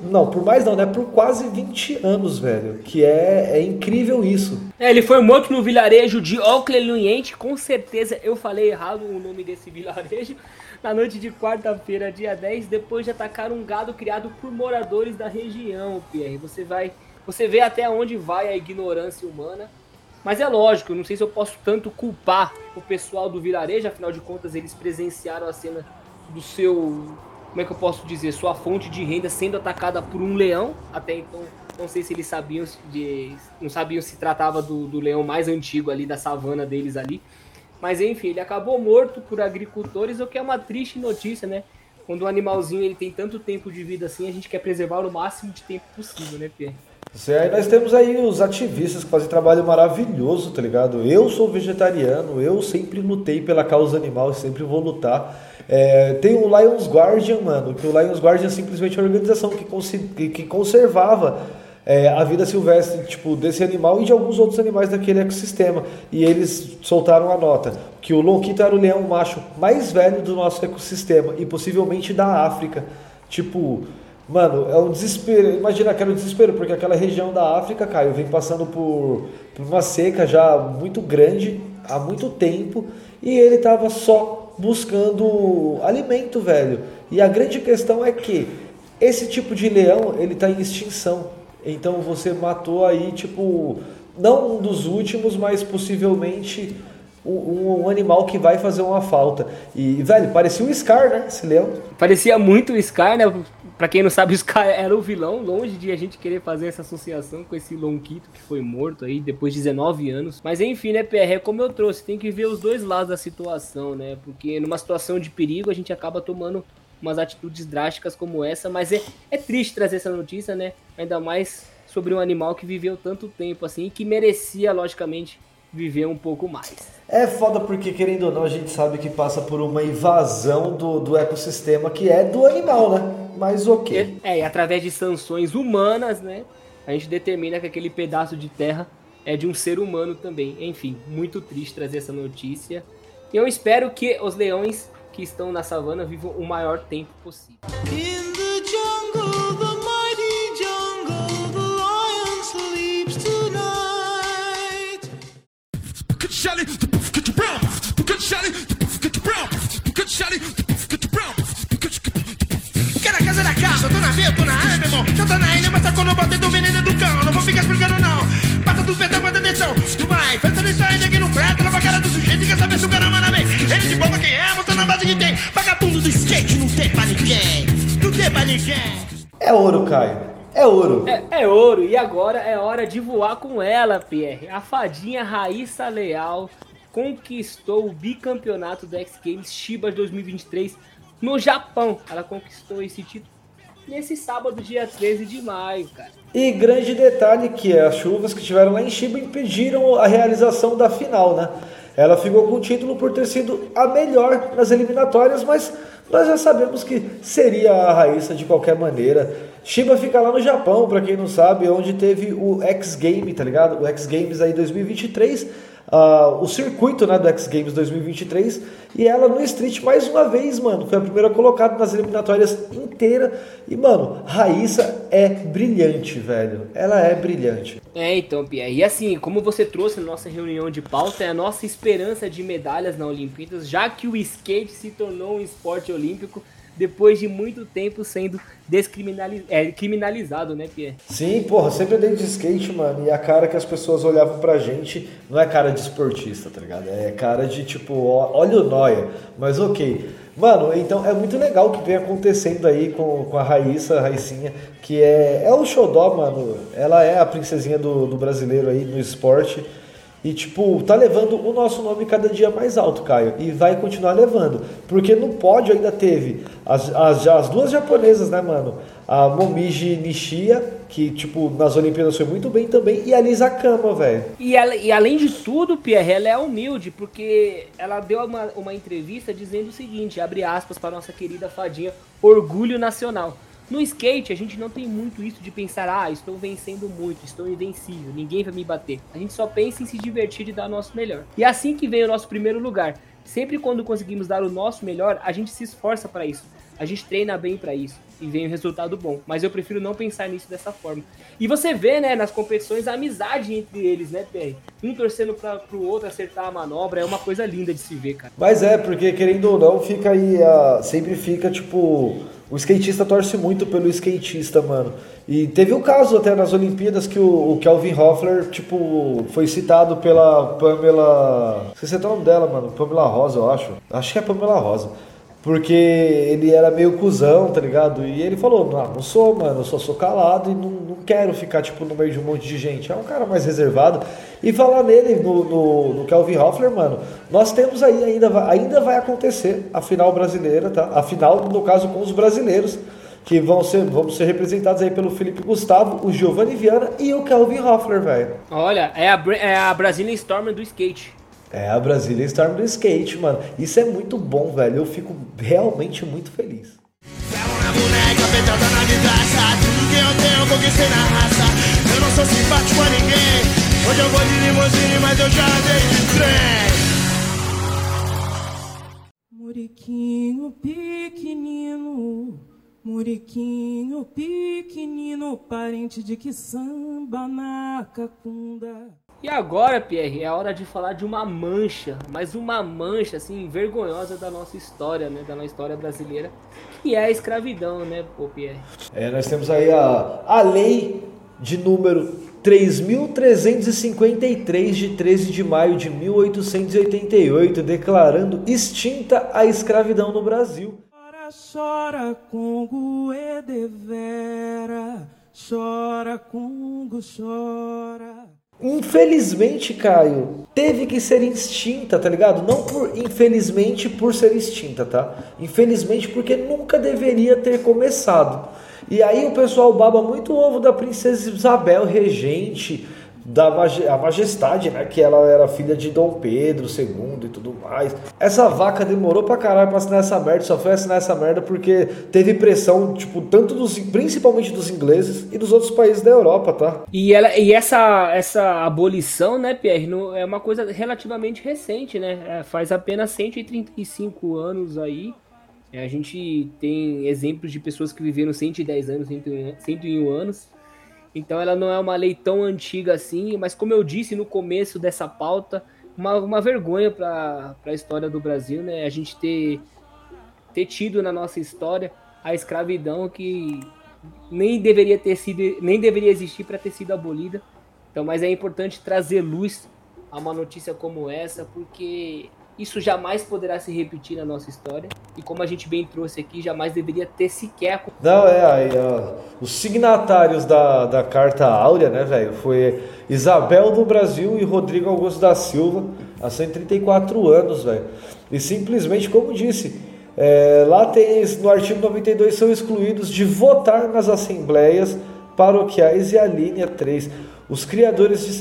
quase 20 anos, velho. Que é incrível isso. Ele foi morto no vilarejo de Oclelunhente. Com certeza eu falei errado o nome desse vilarejo. Na noite de quarta-feira, dia 10, depois de atacar um gado criado por moradores da região, Pierre. Você vê até onde vai a ignorância humana. Mas é lógico, eu não sei se eu posso tanto culpar o pessoal do vilarejo, afinal de contas eles presenciaram a cena do seu, como é que eu posso dizer, sua fonte de renda sendo atacada por um leão. Até então, não sei se eles não sabiam se tratava do leão mais antigo ali, da savana deles ali. Mas enfim, ele acabou morto por agricultores, o que é uma triste notícia, né? Quando um animalzinho ele tem tanto tempo de vida assim, a gente quer preservar o máximo de tempo possível, né, Pierre? Aí nós temos aí os ativistas que fazem trabalho maravilhoso, tá ligado? Eu sou vegetariano, eu sempre lutei pela causa animal, sempre vou lutar. Tem o Lions Guardian, mano, que o Lions Guardian é simplesmente uma organização que conservava a vida silvestre, tipo, desse animal e de alguns outros animais daquele ecossistema. E eles soltaram a nota que o Lonquito era o leão macho mais velho do nosso ecossistema e possivelmente da África. Tipo, Mano, é um desespero. Imagina que era um desespero, porque aquela região da África, Caio, vem passando por uma seca já muito grande, há muito tempo, e ele tava só buscando alimento, velho. E a grande questão é que esse tipo de leão, ele tá em extinção. Então você matou aí, tipo, não um dos últimos, mas possivelmente um animal que vai fazer uma falta. E, velho, parecia o Scar, né, esse leão? Parecia muito o Scar, né? Pra quem não sabe, o Scar era o vilão, longe de a gente querer fazer essa associação com esse Lonquito que foi morto aí depois de 19 anos. Mas enfim, né, PR, é como eu trouxe, tem que ver os dois lados da situação, né? Porque numa situação de perigo a gente acaba tomando umas atitudes drásticas como essa, mas é triste trazer essa notícia, né? Ainda mais sobre um animal que viveu tanto tempo assim e que merecia, logicamente, viver um pouco mais. É foda porque, querendo ou não, a gente sabe que passa por uma invasão do ecossistema que é do animal, né? Mas ok. E através de sanções humanas, né? A gente determina que aquele pedaço de terra é de um ser humano também. Enfim, muito triste trazer essa notícia. E eu espero que os leões que estão na savana vivam o maior tempo possível. In the jungle, the mighty jungle, the lion sleeps tonight. Good Shelly, get your brown. Good Shelly, get your brown. Good Shelly, get your brown. Quero a casa da casa, tô na veia, tô na área, meu irmão. Já tá na ilha, mas tá quando eu botei do veneno do cão. Não vou ficar explicando, não. Passa tudo perto, presta atenção. Tu vai, festa nessa ilha aqui no prato, leva a cara do sujeito e quer saber se o cara manda bem. Ele de boca quem é, mostrando a base que tem. Vagabundo do skate não tem pra ninguém. Não tem pra ninguém. É ouro, Caio. É ouro. É ouro. E agora é hora de voar com ela, Pierre. A fadinha Raíssa Leal conquistou o bicampeonato do X Games Chiba 2023 no Japão. Ela conquistou esse título nesse sábado, dia 13 de maio, cara. E grande detalhe que as chuvas que tiveram lá em Chiba impediram a realização da final, né? Ela ficou com o título por ter sido a melhor nas eliminatórias, mas nós já sabemos que seria a Raíssa de qualquer maneira. Chiba fica lá no Japão, pra quem não sabe, onde teve o X Game, tá ligado? O X Games aí 2023, o circuito, né, do X Games 2023, e ela no Street mais uma vez, mano, foi a primeira colocada nas eliminatórias inteira. E, mano, Raíssa é brilhante, velho. Ela é brilhante. Então, Pierre, e assim, como você trouxe na nossa reunião de pauta, é a nossa esperança de medalhas na Olimpíadas, já que o skate se tornou um esporte olímpico depois de muito tempo sendo criminalizado, né, Pierre? Sim, porra, sempre andei de skate, mano, e a cara que as pessoas olhavam pra gente não é cara de esportista, tá ligado? É cara de, tipo, olha o nóia, mas ok. Mano, então é muito legal o que vem acontecendo aí com a Raíssinha, que é o xodó, mano. Ela é a princesinha do brasileiro aí no esporte. E, tipo, tá levando o nosso nome cada dia mais alto, Caio. E vai continuar levando. Porque no pódio ainda teve as duas japonesas, né, mano? A Momiji Nishia, que, tipo, nas Olimpíadas foi muito bem também. E a Lisa Kama, velho. E além de tudo, Pierre, ela é humilde. Porque ela deu uma entrevista dizendo o seguinte, abre aspas para nossa querida fadinha, orgulho nacional. No skate, a gente não tem muito isso de pensar, estou vencendo muito, estou invencível, ninguém vai me bater. A gente só pensa em se divertir e dar o nosso melhor. E é assim que vem o nosso primeiro lugar. Sempre quando conseguimos dar o nosso melhor, a gente se esforça para isso. A gente treina bem para isso e vem um resultado bom. Mas eu prefiro não pensar nisso dessa forma. E você vê, né, nas competições, a amizade entre eles, né, Pierre? Um torcendo pro outro acertar a manobra, é uma coisa linda de se ver, cara. Mas porque querendo ou não, fica aí, sempre fica, tipo... O skatista torce muito pelo skatista, mano. E teve um caso até nas Olimpíadas que o Kelvin Hoffler, tipo, foi citado pela Pamela... Não sei se é o nome dela, mano. Pamela Rosa, eu acho. Acho que é Pamela Rosa. Porque ele era meio cuzão, tá ligado? E ele falou, não sou, mano, eu só sou calado e não quero ficar, tipo, no meio de um monte de gente. É um cara mais reservado. E falar nele, no Kelvin Hoffler, mano, nós temos aí, ainda vai acontecer a final brasileira, tá? A final, no caso, com os brasileiros, que vamos ser representados aí pelo Felipe Gustavo, o Giovanni Viana e o Kelvin Hoffler, velho. Olha, é a Brazilian Storm do skate. É a Brazilian Storm do skate, mano. Isso é muito bom, velho. Eu fico realmente muito feliz. Na boneca, pedrada na vidraça. Tudo que eu tenho, conquistei na raça. Eu não sou simpático a ninguém. Hoje eu vou de limousine, mas eu já andei de trem. Muriquinho pequenino, Muriquinho pequenino, parente de que samba na cacunda. E agora, Pierre, é a hora de falar de uma mancha, mas uma mancha, assim, vergonhosa da nossa história, né? Da nossa história brasileira, que é a escravidão, né, pô, Pierre? Nós temos aí a lei de número 3.353 de 13 de maio de 1888, declarando extinta a escravidão no Brasil. Chora, chora, Congo e devera, chora, Congo, chora. Infelizmente, Caio, teve que ser extinta, tá ligado? Não infelizmente por ser extinta, tá? Infelizmente porque nunca deveria ter começado. E aí o pessoal baba muito o ovo da princesa Isabel, regente, a majestade, né? Que ela era filha de Dom Pedro II e tudo mais. Essa vaca demorou pra caralho pra assinar essa merda, só foi assinar essa merda porque teve pressão, tipo, principalmente dos ingleses e dos outros países da Europa, tá? E essa abolição, né, Pierre, é uma coisa relativamente recente, né? Faz apenas 135 anos aí. A gente tem exemplos de pessoas que viveram 110 anos, 101 anos. Então ela não é uma lei tão antiga assim, mas como eu disse no começo dessa pauta, uma vergonha para a história do Brasil, né? A gente ter tido na nossa história a escravidão que nem deveria existir para ter sido abolida. Então, mas é importante trazer luz a uma notícia como essa, porque isso jamais poderá se repetir na nossa história. E como a gente bem trouxe aqui, jamais deveria ter sequer... Não, os signatários da Carta Áurea, né, velho, foi Isabel do Brasil e Rodrigo Augusto da Silva, há 134 anos, velho. E simplesmente, como disse, lá tem, no artigo 92, são excluídos de votar nas assembleias paroquiais e a linha 3. Os criados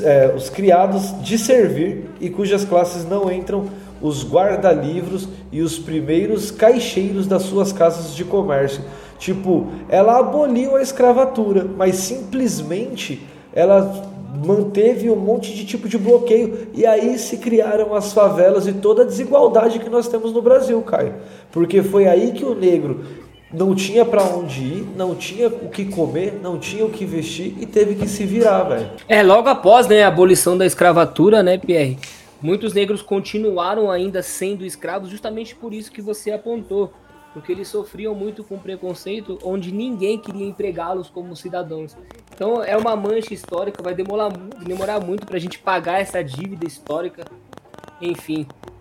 de servir e cujas classes não entram os guarda-livros e os primeiros caixeiros das suas casas de comércio. Tipo, ela aboliu a escravatura, mas simplesmente ela manteve um monte de tipo de bloqueio, e aí se criaram as favelas e toda a desigualdade que nós temos no Brasil, Caio. Porque foi aí que o negro não tinha pra onde ir, não tinha o que comer, não tinha o que vestir e teve que se virar, velho. Logo após, né, a abolição da escravatura, né, Pierre? Muitos negros continuaram ainda sendo escravos justamente por isso que você apontou, porque eles sofriam muito com preconceito, onde ninguém queria empregá-los como cidadãos. Então é uma mancha histórica, vai demorar muito para a gente pagar essa dívida histórica. Enfim,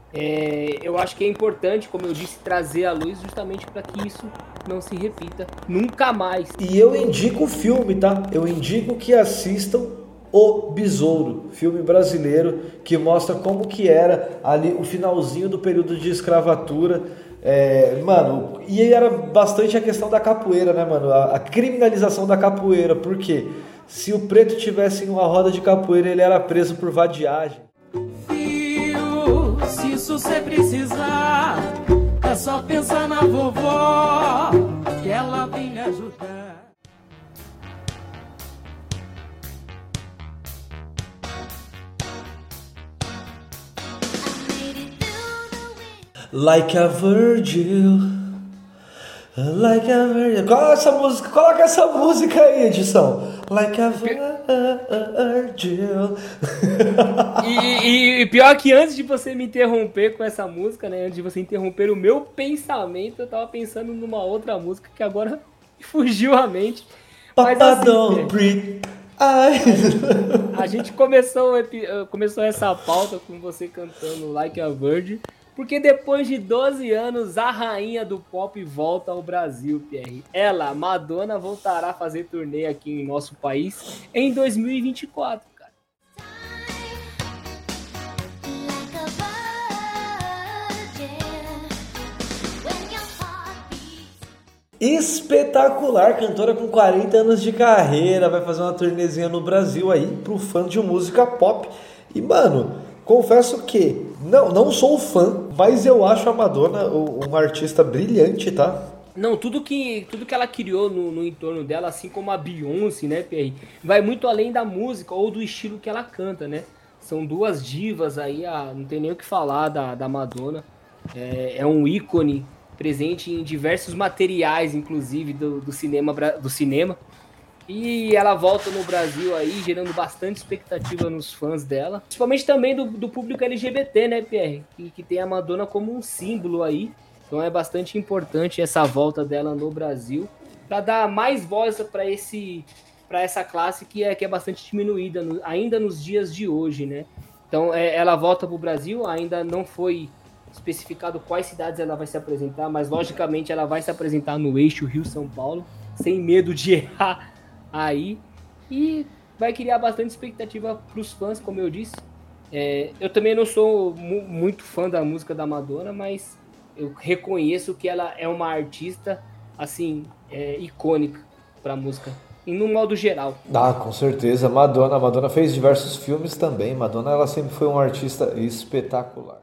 eu acho que é importante, como eu disse, trazer à luz justamente para que isso não se repita nunca mais. E eu indico o filme, tá? Eu indico que assistam O Besouro, filme brasileiro que mostra como que era ali o finalzinho do período de escravatura. Mano, e era bastante a questão da capoeira, né, mano? A criminalização da capoeira, porque se o preto tivesse em uma roda de capoeira, ele era preso por vadiagem. Filho, se isso você precisar, é só pensar na vovó, que ela vem me ajudar. Like a Virgil, like a Virgil. Coloca essa música aí, edição. Like a Virgil. E pior que antes de você me interromper com essa música, né? Antes de você interromper o meu pensamento, eu tava pensando numa outra música que agora fugiu a mente. Mas Papa assim, don't breathe. A gente começou essa pauta com você cantando Like a Virgin, porque depois de 12 anos, a rainha do pop volta ao Brasil, Pierre. Ela, Madonna, voltará a fazer turnê aqui em nosso país em 2024, cara. Espetacular, cantora com 40 anos de carreira, vai fazer uma turnezinha no Brasil aí pro fã de música pop. E, mano, confesso que não sou fã, mas eu acho a Madonna uma artista brilhante, tá? Não, tudo que ela criou no entorno dela, assim como a Beyoncé, né, Pierre, vai muito além da música ou do estilo que ela canta, né? São duas divas aí, não tem nem o que falar da Madonna. É um ícone presente em diversos materiais, inclusive do cinema. E ela volta no Brasil aí, gerando bastante expectativa nos fãs dela. Principalmente também do público LGBT, né, Pierre? Que tem a Madonna como um símbolo aí. Então é bastante importante essa volta dela no Brasil, para dar mais voz para essa classe que é bastante diminuída ainda nos dias de hoje, né? Então ela volta para o Brasil, ainda não foi especificado quais cidades ela vai se apresentar, mas logicamente ela vai se apresentar no eixo Rio-São Paulo, sem medo de errar aí, e vai criar bastante expectativa para os fãs, como eu disse. Eu também não sou muito fã da música da Madonna, mas eu reconheço que ela é uma artista assim, icônica para a música, e no modo geral. Com certeza. Madonna fez diversos filmes também. Madonna, ela sempre foi uma artista espetacular.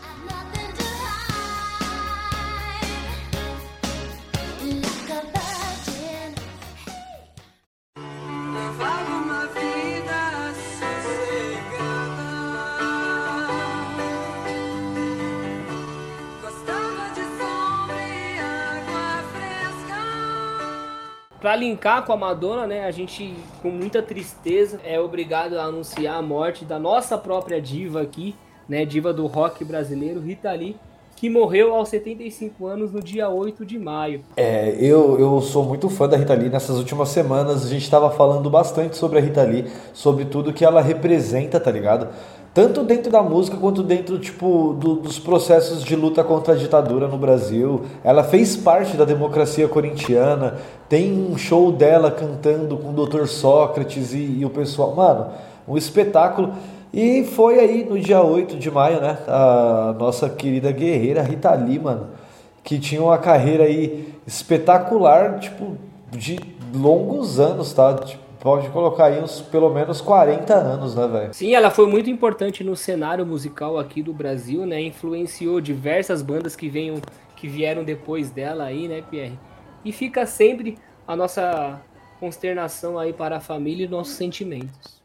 Para linkar com a Madonna, né, a gente, com muita tristeza, é obrigado a anunciar a morte da nossa própria diva aqui, né, diva do rock brasileiro, Rita Lee, que morreu aos 75 anos no dia 8 de maio. Eu sou muito fã da Rita Lee. Nessas últimas semanas a gente estava falando bastante sobre a Rita Lee, sobre tudo que ela representa, tá ligado? Tanto dentro da música quanto dentro, tipo, dos processos de luta contra a ditadura no Brasil. Ela fez parte da democracia corintiana. Tem um show dela cantando com o Dr. Sócrates e o pessoal. Mano, um espetáculo. E foi aí no dia 8 de maio, né? A nossa querida guerreira Rita Lee, mano, que tinha uma carreira aí espetacular, tipo, de longos anos, tá? Tipo, pode colocar aí uns pelo menos 40 anos, né, velho? Sim, ela foi muito importante no cenário musical aqui do Brasil, né? Influenciou diversas bandas que vieram depois dela aí, né, Pierre? E fica sempre a nossa consternação aí para a família e nossos sentimentos.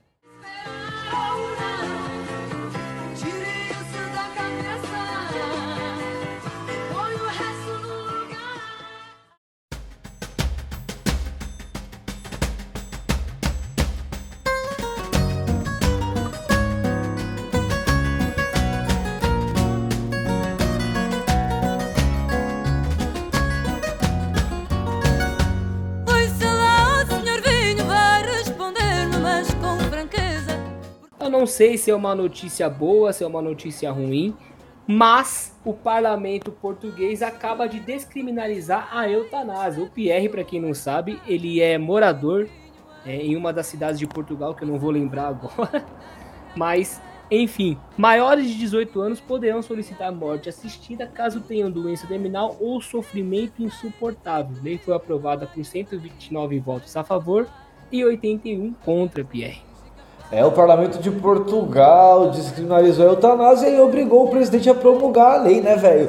Eu não sei se é uma notícia boa, se é uma notícia ruim, mas o parlamento português acaba de descriminalizar a eutanásia. O Pierre, para quem não sabe, ele é morador em uma das cidades de Portugal, que eu não vou lembrar agora, mas, enfim, maiores de 18 anos poderão solicitar morte assistida caso tenham doença terminal ou sofrimento insuportável. A lei foi aprovada por 129 votos a favor e 81 contra, Pierre. O parlamento de Portugal descriminalizou a eutanásia e obrigou o presidente a promulgar a lei, né, velho?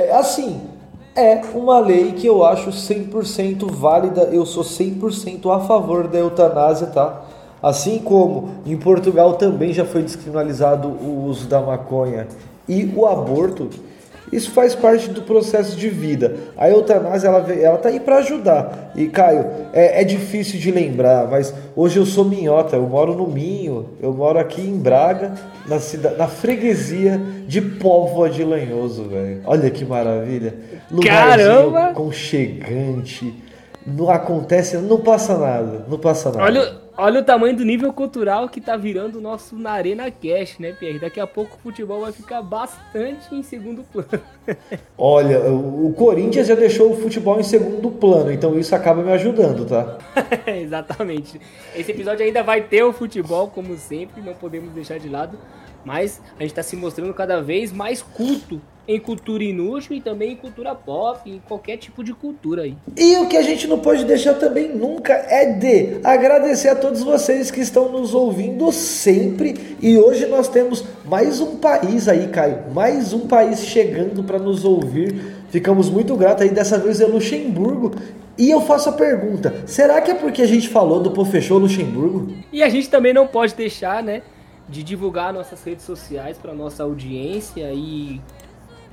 É uma lei que eu acho 100% válida. Eu sou 100% a favor da eutanásia, tá? Assim como em Portugal também já foi descriminalizado o uso da maconha e o aborto. Isso faz parte do processo de vida. A eutanásia, ela tá aí para ajudar. E, Caio, é difícil de lembrar, mas hoje eu sou minhota, eu moro no Minho, eu moro aqui em Braga, na freguesia de Póvoa de Lanhoso, velho. Olha que maravilha. Lugarzinho aconchegante. Não acontece, não passa nada. Olha o tamanho do nível cultural que tá virando o nosso na Arena Cash, né, Pierre? Daqui a pouco o futebol vai ficar bastante em segundo plano. Olha, o Corinthians já deixou o futebol em segundo plano, então isso acaba me ajudando, tá? Exatamente. Esse episódio ainda vai ter o futebol, como sempre, não podemos deixar de lado, mas a gente tá se mostrando cada vez mais culto em cultura inútil e também em cultura pop, em qualquer tipo de cultura aí. E o que a gente não pode deixar também nunca é de agradecer a todos vocês que estão nos ouvindo sempre. E hoje nós temos mais um país aí, Caio, mais um país chegando para nos ouvir. Ficamos muito gratos aí, dessa vez é Luxemburgo. E eu faço a pergunta, será que é porque a gente falou do Pô Fechou Luxemburgo? E a gente também não pode deixar, né, de divulgar nossas redes sociais para nossa audiência e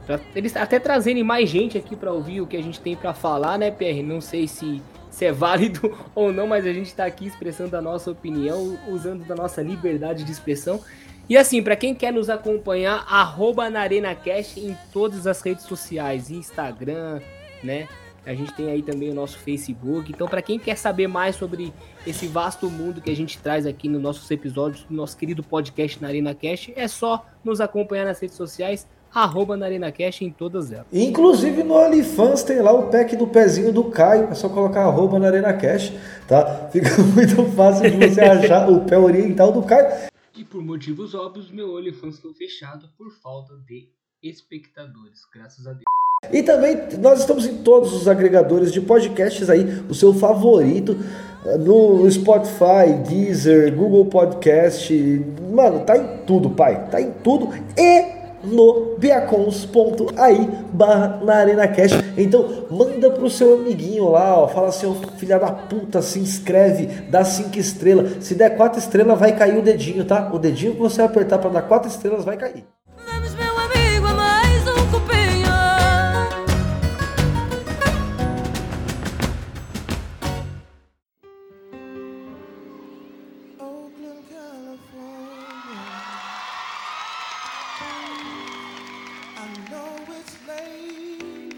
Pra eles até trazerem mais gente aqui pra ouvir o que a gente tem pra falar, né, PR? Não sei se é válido ou não, mas a gente tá aqui expressando a nossa opinião, usando da nossa liberdade de expressão. E assim, pra quem quer nos acompanhar, @NarenaCast em todas as redes sociais, Instagram, né? A gente tem aí também o nosso Facebook. Então, pra quem quer saber mais sobre esse vasto mundo que a gente traz aqui nos nossos episódios do nosso querido podcast NarenaCast, é só nos acompanhar nas redes sociais, @NarenaCast em todas elas. Inclusive no OnlyFans tem lá o pack do pezinho do Caio, é só colocar @NarenaCast, tá? Fica muito fácil de você achar o pé oriental do Caio. E por motivos óbvios, meu OnlyFans ficou fechado por falta de espectadores, graças a Deus. E também nós estamos em todos os agregadores de podcasts aí, o seu favorito, no Spotify, Deezer, Google Podcast, mano, tá em tudo, pai, tá em tudo, e no beacons.ai/NarenaCast. Então manda pro seu amiguinho lá, ó, fala assim, ó, filha da puta, se inscreve, dá 5 estrelas, se der 4 estrelas vai cair o dedinho, tá? O dedinho que você apertar pra dar 4 estrelas vai cair. Vamos, meu amigo, a mais um cupinho. Oakland, California. I know it's late,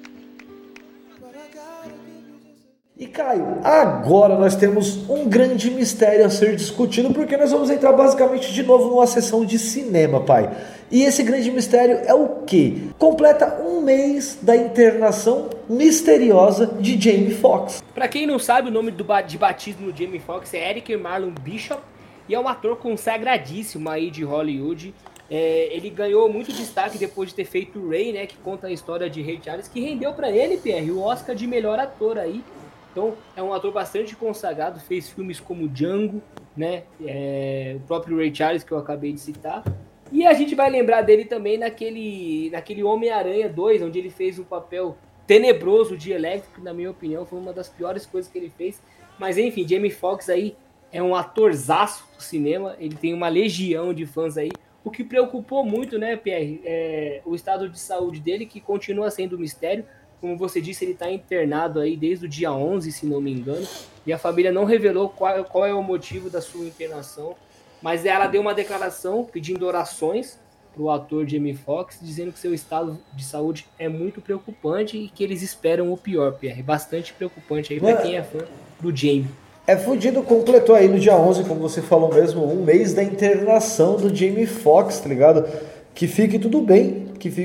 but I gotta give you just E Caio, agora nós temos um grande mistério a ser discutido, porque nós vamos entrar basicamente de novo numa sessão de cinema, pai. E esse grande mistério é o quê? Completa um mês da internação misteriosa de Jamie Foxx. Pra quem não sabe, o nome de batismo do Jamie Foxx é Eric Marlon Bishop e é um ator consagradíssimo aí de Hollywood. Ele ganhou muito destaque depois de ter feito Ray, né, que conta a história de Ray Charles, que rendeu pra ele, Pierre, o Oscar de melhor ator aí. Então é um ator bastante consagrado, fez filmes como Django, né, o próprio Ray Charles que eu acabei de citar. E a gente vai lembrar dele também naquele Homem-Aranha 2, onde ele fez um papel tenebroso de Elétrico, que na minha opinião foi uma das piores coisas que ele fez. Mas enfim, Jamie Foxx aí é um atorzaço do cinema, ele tem uma legião de fãs aí. O que preocupou muito, né, Pierre, o estado de saúde dele, que continua sendo um mistério. Como você disse, ele está internado aí desde o dia 11, se não me engano, e a família não revelou qual é o motivo da sua internação, mas ela deu uma declaração pedindo orações para o ator Jamie Foxx, dizendo que seu estado de saúde é muito preocupante e que eles esperam o pior, Pierre. Bastante preocupante aí para quem é fã do Jamie. É fudido, completou aí no dia 11, como você falou mesmo, um mês da internação do Jamie Foxx, tá ligado? Que fique tudo bem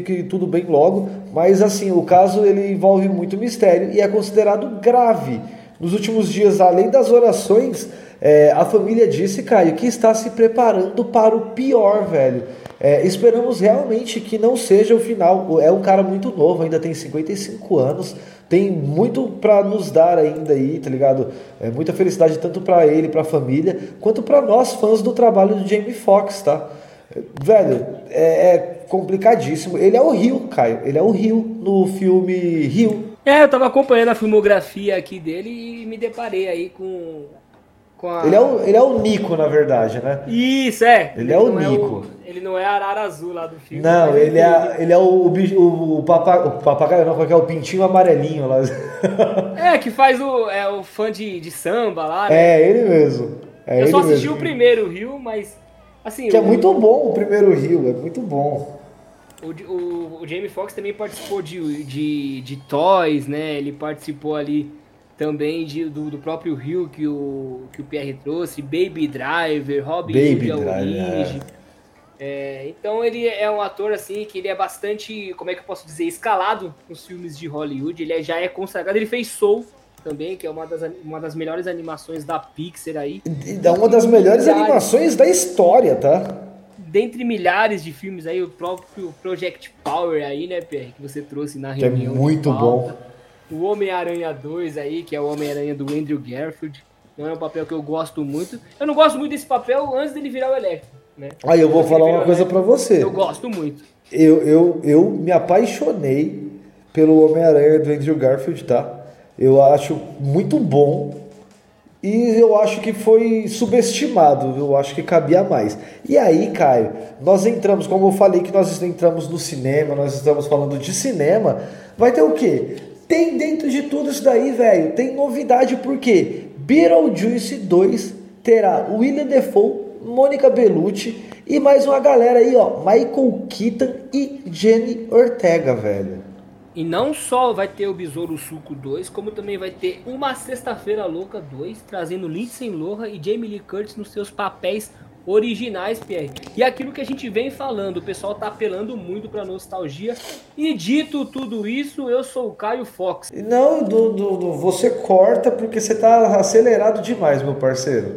logo, mas assim, o caso ele envolve muito mistério e é considerado grave. Nos últimos dias, além das orações, a família disse, Caio, que está se preparando para o pior, velho. Esperamos realmente que não seja o final. É um cara muito novo, ainda tem 55 anos, tem muito para nos dar ainda aí, tá ligado? Muita felicidade tanto para ele, para a família, quanto para nós, fãs do trabalho do Jamie Foxx, tá? Velho, é complicadíssimo. Ele é o Rio, Caio. Ele é o Rio no filme Rio. Eu tava acompanhando a filmografia aqui dele e me deparei aí com a... Ele é o Nico, na verdade, né? Isso, Ele é o Nico. Ele não é a Arara Azul lá do filme. Não, ele é o papagaio, não, qual que é o pintinho amarelinho lá. Que faz o fã de samba lá, né? Ele mesmo. Eu só assisti o primeiro Rio, mas... Assim, que é muito bom o primeiro Rio, é muito bom. O Jamie Foxx também participou de Toys, né? Ele participou ali também do próprio Rio que o Pierre trouxe, Baby Driver, Robin Hood a origem. Então ele é um ator assim que ele é bastante, como é que eu posso dizer, escalado nos filmes de Hollywood. Ele já é consagrado, ele fez Soul também, que é uma das melhores animações da Pixar aí. É uma das melhores animações da história, tá? Dentre milhares de filmes aí, o próprio Project Power aí, né, Pierre, que você trouxe na reunião. Que é muito bom. O Homem-Aranha 2 aí, que é o Homem-Aranha do Andrew Garfield. Não é um papel que eu gosto muito. Eu não gosto muito desse papel antes dele virar o Electro, né? Aí eu vou falar uma coisa pra você. Eu gosto muito. Eu me apaixonei pelo Homem-Aranha do Andrew Garfield, tá? Eu acho muito bom E eu acho que foi subestimado, eu acho que cabia mais. E aí, Caio, nós entramos, como eu falei que nós entramos no cinema, nós estamos falando de cinema, vai ter o quê? Tem dentro de tudo isso daí, velho, tem novidade, porque Beetlejuice 2 terá Willem Dafoe, Mônica Bellucci e mais uma galera aí, ó, Michael Keaton e Jenny Ortega, velho. E não só vai ter o Besouro Suco 2, como também vai ter Uma Sexta-feira Louca 2, trazendo Lindsay Lohan e Jamie Lee Curtis nos seus papéis originais, Pierre. E aquilo que a gente vem falando, o pessoal tá apelando muito pra nostalgia. E dito tudo isso, eu sou o Caio Fox. Não, você corta porque você tá acelerado demais, meu parceiro.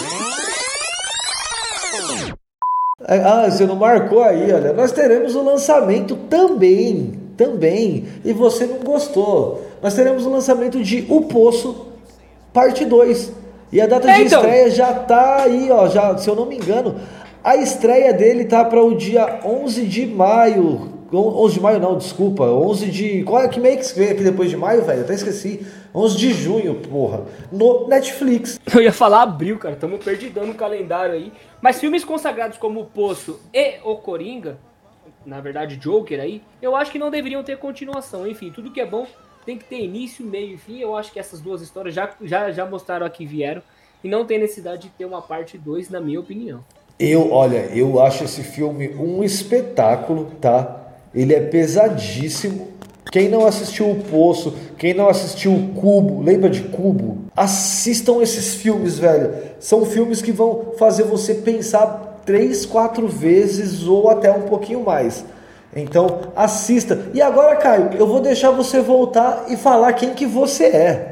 Ah, você não marcou aí, olha. Nós teremos o lançamento também, e você não gostou. Nós teremos o lançamento de O Poço, parte 2. E a data de estreia já tá aí, ó, já, se eu não me engano, a estreia dele tá para o dia 11 de maio. 11 de maio não, desculpa. 11 de... Qual é que mês que vem aqui depois de maio, velho? Eu até esqueci. 11 de junho, porra. No Netflix. Eu ia falar abril, cara. Estamos perdidão no calendário aí. Mas filmes consagrados como O Poço e O Coringa, na verdade Joker aí, eu acho que não deveriam ter continuação. Enfim, tudo que é bom tem que ter início, meio e fim. Eu acho que essas duas histórias já mostraram a que vieram. E não tem necessidade de ter uma parte 2, na minha opinião. Eu acho esse filme um espetáculo, tá? Ele é pesadíssimo. Quem não assistiu O Poço, quem não assistiu o Cubo, lembra de Cubo? Assistam esses filmes, velho. São filmes que vão fazer você pensar 3, 4 vezes ou até um pouquinho mais. Então, assista. E agora, Caio, eu vou deixar você voltar e falar quem que você é.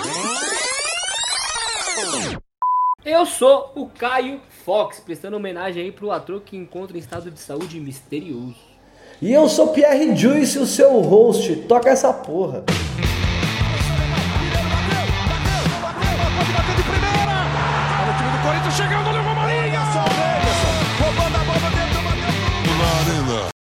Eu sou o Caio Fox, prestando homenagem aí pro ator que encontra em estado de saúde misterioso. E eu sou Pierre Juice, o seu host. Toca essa porra. Pode bater de primeira. Olha o time do Corinthians chegando, olha o Romarinho. Só o Davidson, roubando a bola dentro, bateu na arena.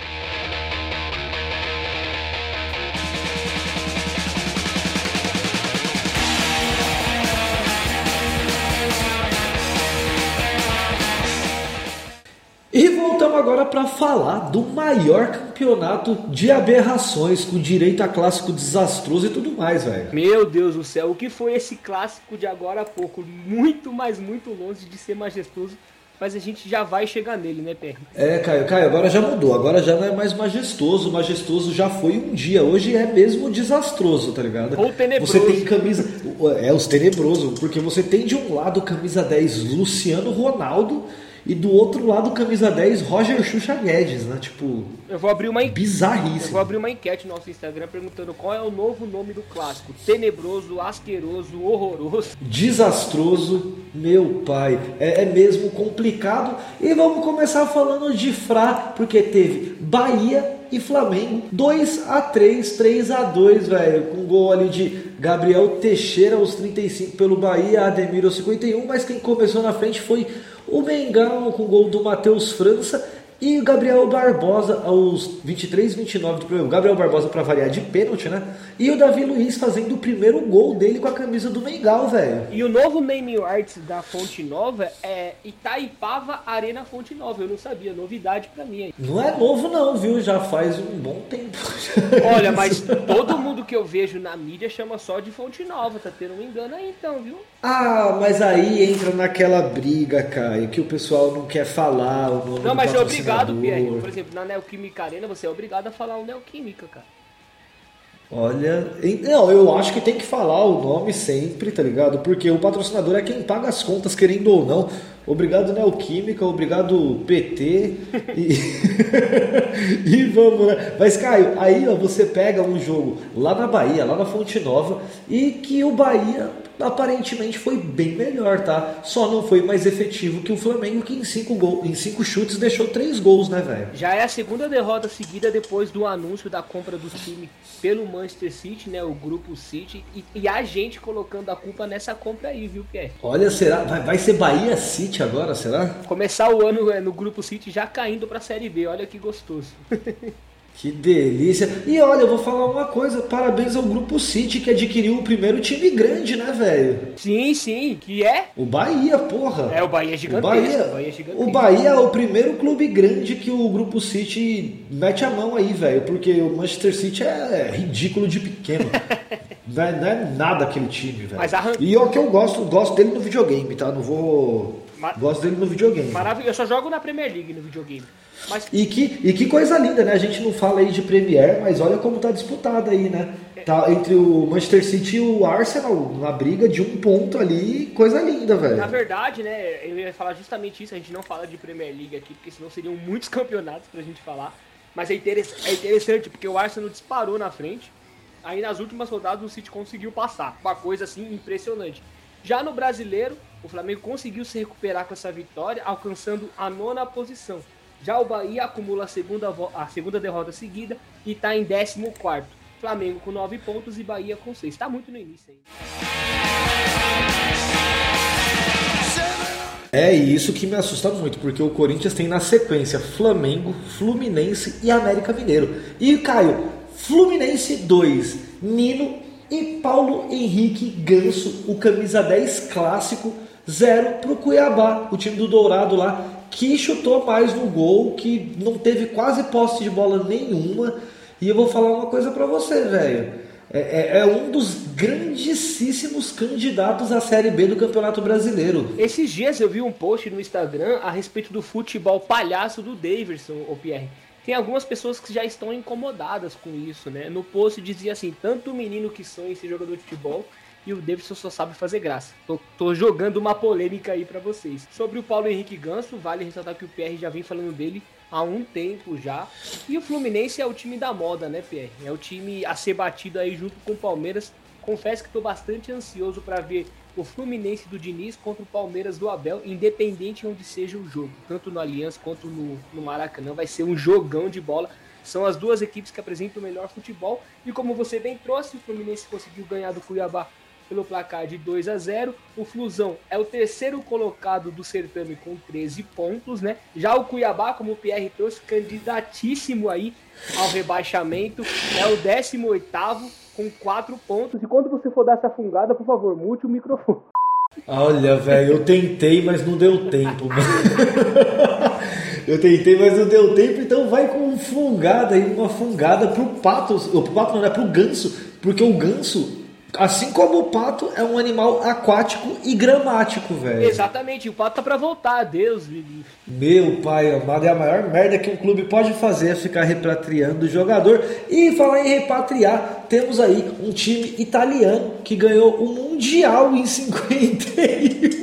E voltamos agora para falar do maior campeonato de aberrações, com direito a clássico desastroso e tudo mais, velho. Meu Deus do céu, o que foi esse clássico de agora a pouco? Muito, mas muito longe de ser majestoso, mas a gente já vai chegar nele, né, Pierre? Caio, agora já mudou, agora já não é mais majestoso, o majestoso já foi um dia, hoje é mesmo desastroso, tá ligado? Ou tenebroso. Você tem camisa, os tenebrosos, porque você tem de um lado camisa 10 Luciano Ronaldo, e do outro lado, camisa 10, Roger Xuxa Guedes, né? Tipo, eu vou abrir uma bizarríssimo. Eu vou abrir uma enquete no nosso Instagram perguntando qual é o novo nome do clássico. Tenebroso, asqueroso, horroroso. Desastroso, meu pai. É mesmo complicado. E vamos começar falando de Fra, porque teve Bahia e Flamengo 2-3, 3-2, velho. Com gol ali de Gabriel Teixeira aos 35 pelo Bahia, Ademir aos 51, mas quem começou na frente foi o Mengão com o gol do Matheus França e o Gabriel Barbosa aos 23, 29 do primeiro. O Gabriel Barbosa para variar de pênalti, né? E o Davi Luiz fazendo o primeiro gol dele com a camisa do Mengão, velho. E o novo name rights da Fonte Nova é Itaipava Arena Fonte Nova. Eu não sabia, novidade pra mim. Não é novo não, viu? Já faz um bom tempo. Olha, mas todo mundo que eu vejo na mídia chama só de Fonte Nova. Tá tendo um engano aí então, viu? Ah, mas aí entra naquela briga, Caio, que o pessoal não quer falar o nome. Não, mas do é obrigado, patrocinador. Pierre. Por exemplo, na Neoquímica Arena você é obrigado a falar o Neoquímica, cara. Olha, não, eu acho que tem que falar o nome sempre, tá ligado? Porque o patrocinador é quem paga as contas, querendo ou não. Obrigado, Neoquímica, obrigado, PT. E vamos, né? Mas, Caio, aí ó, você pega um jogo lá na Bahia, lá na Fonte Nova, e que o Bahia aparentemente foi bem melhor, tá? Só não foi mais efetivo que o Flamengo, que em 5 chutes deixou 3 gols, né, velho? Já é a segunda derrota seguida depois do anúncio da compra dos times pelo Manchester City, né? O grupo City. E a gente colocando a culpa nessa compra aí, viu, Pierre? Olha, será? Vai ser Bahia City agora, será? Começar o ano no grupo City já caindo pra Série B, olha que gostoso. Que delícia. E olha, eu vou falar uma coisa. Parabéns ao Grupo City que adquiriu o primeiro time grande, né, velho? Sim, que é? O Bahia, porra. O Bahia é gigantesco. O Bahia é o primeiro clube grande que o Grupo City mete a mão aí, velho. Porque o Manchester City é ridículo de pequeno. Não é nada aquele time, velho. E ó, que eu gosto dele no videogame, tá? Não vou... Gosto dele no videogame. Maravilhoso. Eu só jogo na Premier League no videogame. Mas... E que coisa linda, né? A gente não fala aí de Premier, mas olha como tá disputada aí, né? Tá entre o Manchester City e o Arsenal na briga de 1 ponto ali, coisa linda, velho. Na verdade, né, eu ia falar justamente isso, a gente não fala de Premier League aqui, porque senão seriam muitos campeonatos pra gente falar. Mas é interessante, porque o Arsenal disparou na frente, aí nas últimas rodadas o City conseguiu passar. Uma coisa assim impressionante. Já no brasileiro, o Flamengo conseguiu se recuperar com essa vitória, alcançando a 9ª posição. Já o Bahia acumula a segunda derrota seguida e está em 14º. Flamengo com 9 pontos e Bahia com 6. Está muito no início ainda. É isso que me assusta muito, porque o Corinthians tem na sequência Flamengo, Fluminense e América Mineiro. E, Caio, Fluminense 2, Nino e Paulo Henrique Ganso, o camisa 10 clássico, 0 pro Cuiabá, o time do Dourado lá, que chutou mais no gol, que não teve quase posse de bola nenhuma. E eu vou falar uma coisa pra você, velho. É um dos grandíssimos candidatos à Série B do Campeonato Brasileiro. Esses dias eu vi um post no Instagram a respeito do futebol palhaço do Daverson, ô Pierre. Tem algumas pessoas que já estão incomodadas com isso, né? No post dizia assim, tanto o menino que sonha em ser jogador de futebol e o Davidson só sabe fazer graça. Tô jogando uma polêmica aí pra vocês. Sobre o Paulo Henrique Ganso, vale ressaltar que o Pierre já vem falando dele há um tempo já. E o Fluminense é o time da moda, né, Pierre? É o time a ser batido aí junto com o Palmeiras. Confesso que tô bastante ansioso pra ver o Fluminense do Diniz contra o Palmeiras do Abel, independente de onde seja o jogo. Tanto no Allianz quanto no Maracanã. Vai ser um jogão de bola. São as duas equipes que apresentam o melhor futebol. E como você bem trouxe, o Fluminense conseguiu ganhar do Cuiabá pelo placar de 2-0. O Flusão é o 3º colocado do certame com 13 pontos, né? Já o Cuiabá, como o Pierre trouxe, candidatíssimo aí ao rebaixamento, é o 18º com 4 pontos. E quando você for dar essa fungada, por favor, mute o microfone. Olha, velho, eu tentei, mas não deu tempo. Eu tentei, mas não deu tempo, então vai com fungada aí, uma fungada pro Pato. Pro Pato não, é pro Ganso, porque o Ganso, assim como o pato, é um animal aquático e gramático, velho. Exatamente, o pato tá pra voltar, Deus me livre. Meu pai amado, é a maior merda que um clube pode fazer é ficar repatriando o jogador. E falar em repatriar, temos aí um time italiano que ganhou o Mundial em 51.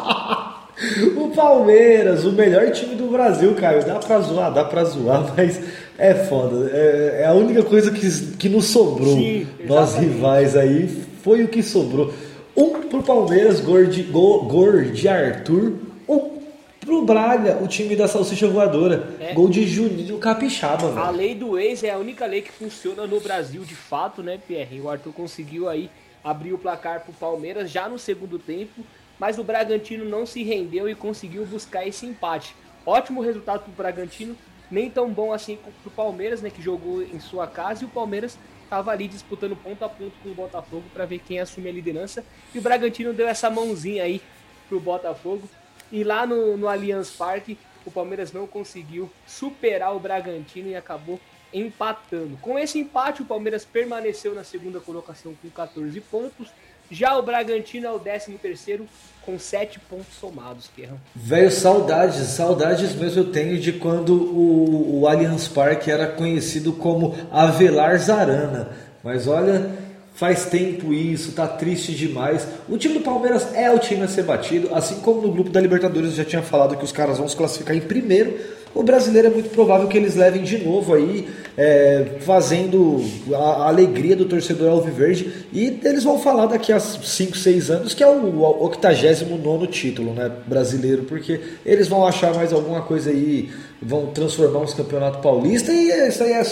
O Palmeiras, o melhor time do Brasil, Caio. Dá pra zoar, mas é foda. É a única coisa que nos sobrou. Sim, nós rivais aí, foi o que sobrou. Um pro Palmeiras, gol de Arthur. Um pro Braga, o time da Salsicha Voadora. Gol de Juninho Capixaba, velho. A lei do ex é a única lei que funciona no Brasil de fato, né, Pierre? O Arthur conseguiu aí abrir o placar pro Palmeiras já no segundo tempo. Mas o Bragantino não se rendeu e conseguiu buscar esse empate. Ótimo resultado para o Bragantino, nem tão bom assim para o Palmeiras, né, que jogou em sua casa, e o Palmeiras estava ali disputando ponto a ponto com o Botafogo para ver quem assume a liderança. E o Bragantino deu essa mãozinha aí pro Botafogo. E lá no Allianz Parque, o Palmeiras não conseguiu superar o Bragantino e acabou empatando. Com esse empate, o Palmeiras permaneceu na segunda colocação com 14 pontos. Já o Bragantino é o 13º com 7 pontos somados, Pierrão. Velho, saudades mesmo eu tenho de quando o Allianz Parque era conhecido como Avelar Zarana. Mas olha, faz tempo isso, tá triste demais. O time do Palmeiras é o time a ser batido, assim como no grupo da Libertadores eu já tinha falado que os caras vão se classificar em primeiro. O brasileiro é muito provável que eles levem de novo aí, fazendo a alegria do torcedor alviverde. E eles vão falar daqui a 5, 6 anos que é o 89º título, né, brasileiro. Porque eles vão achar mais alguma coisa aí, vão transformar uns campeonato paulista. E isso aí é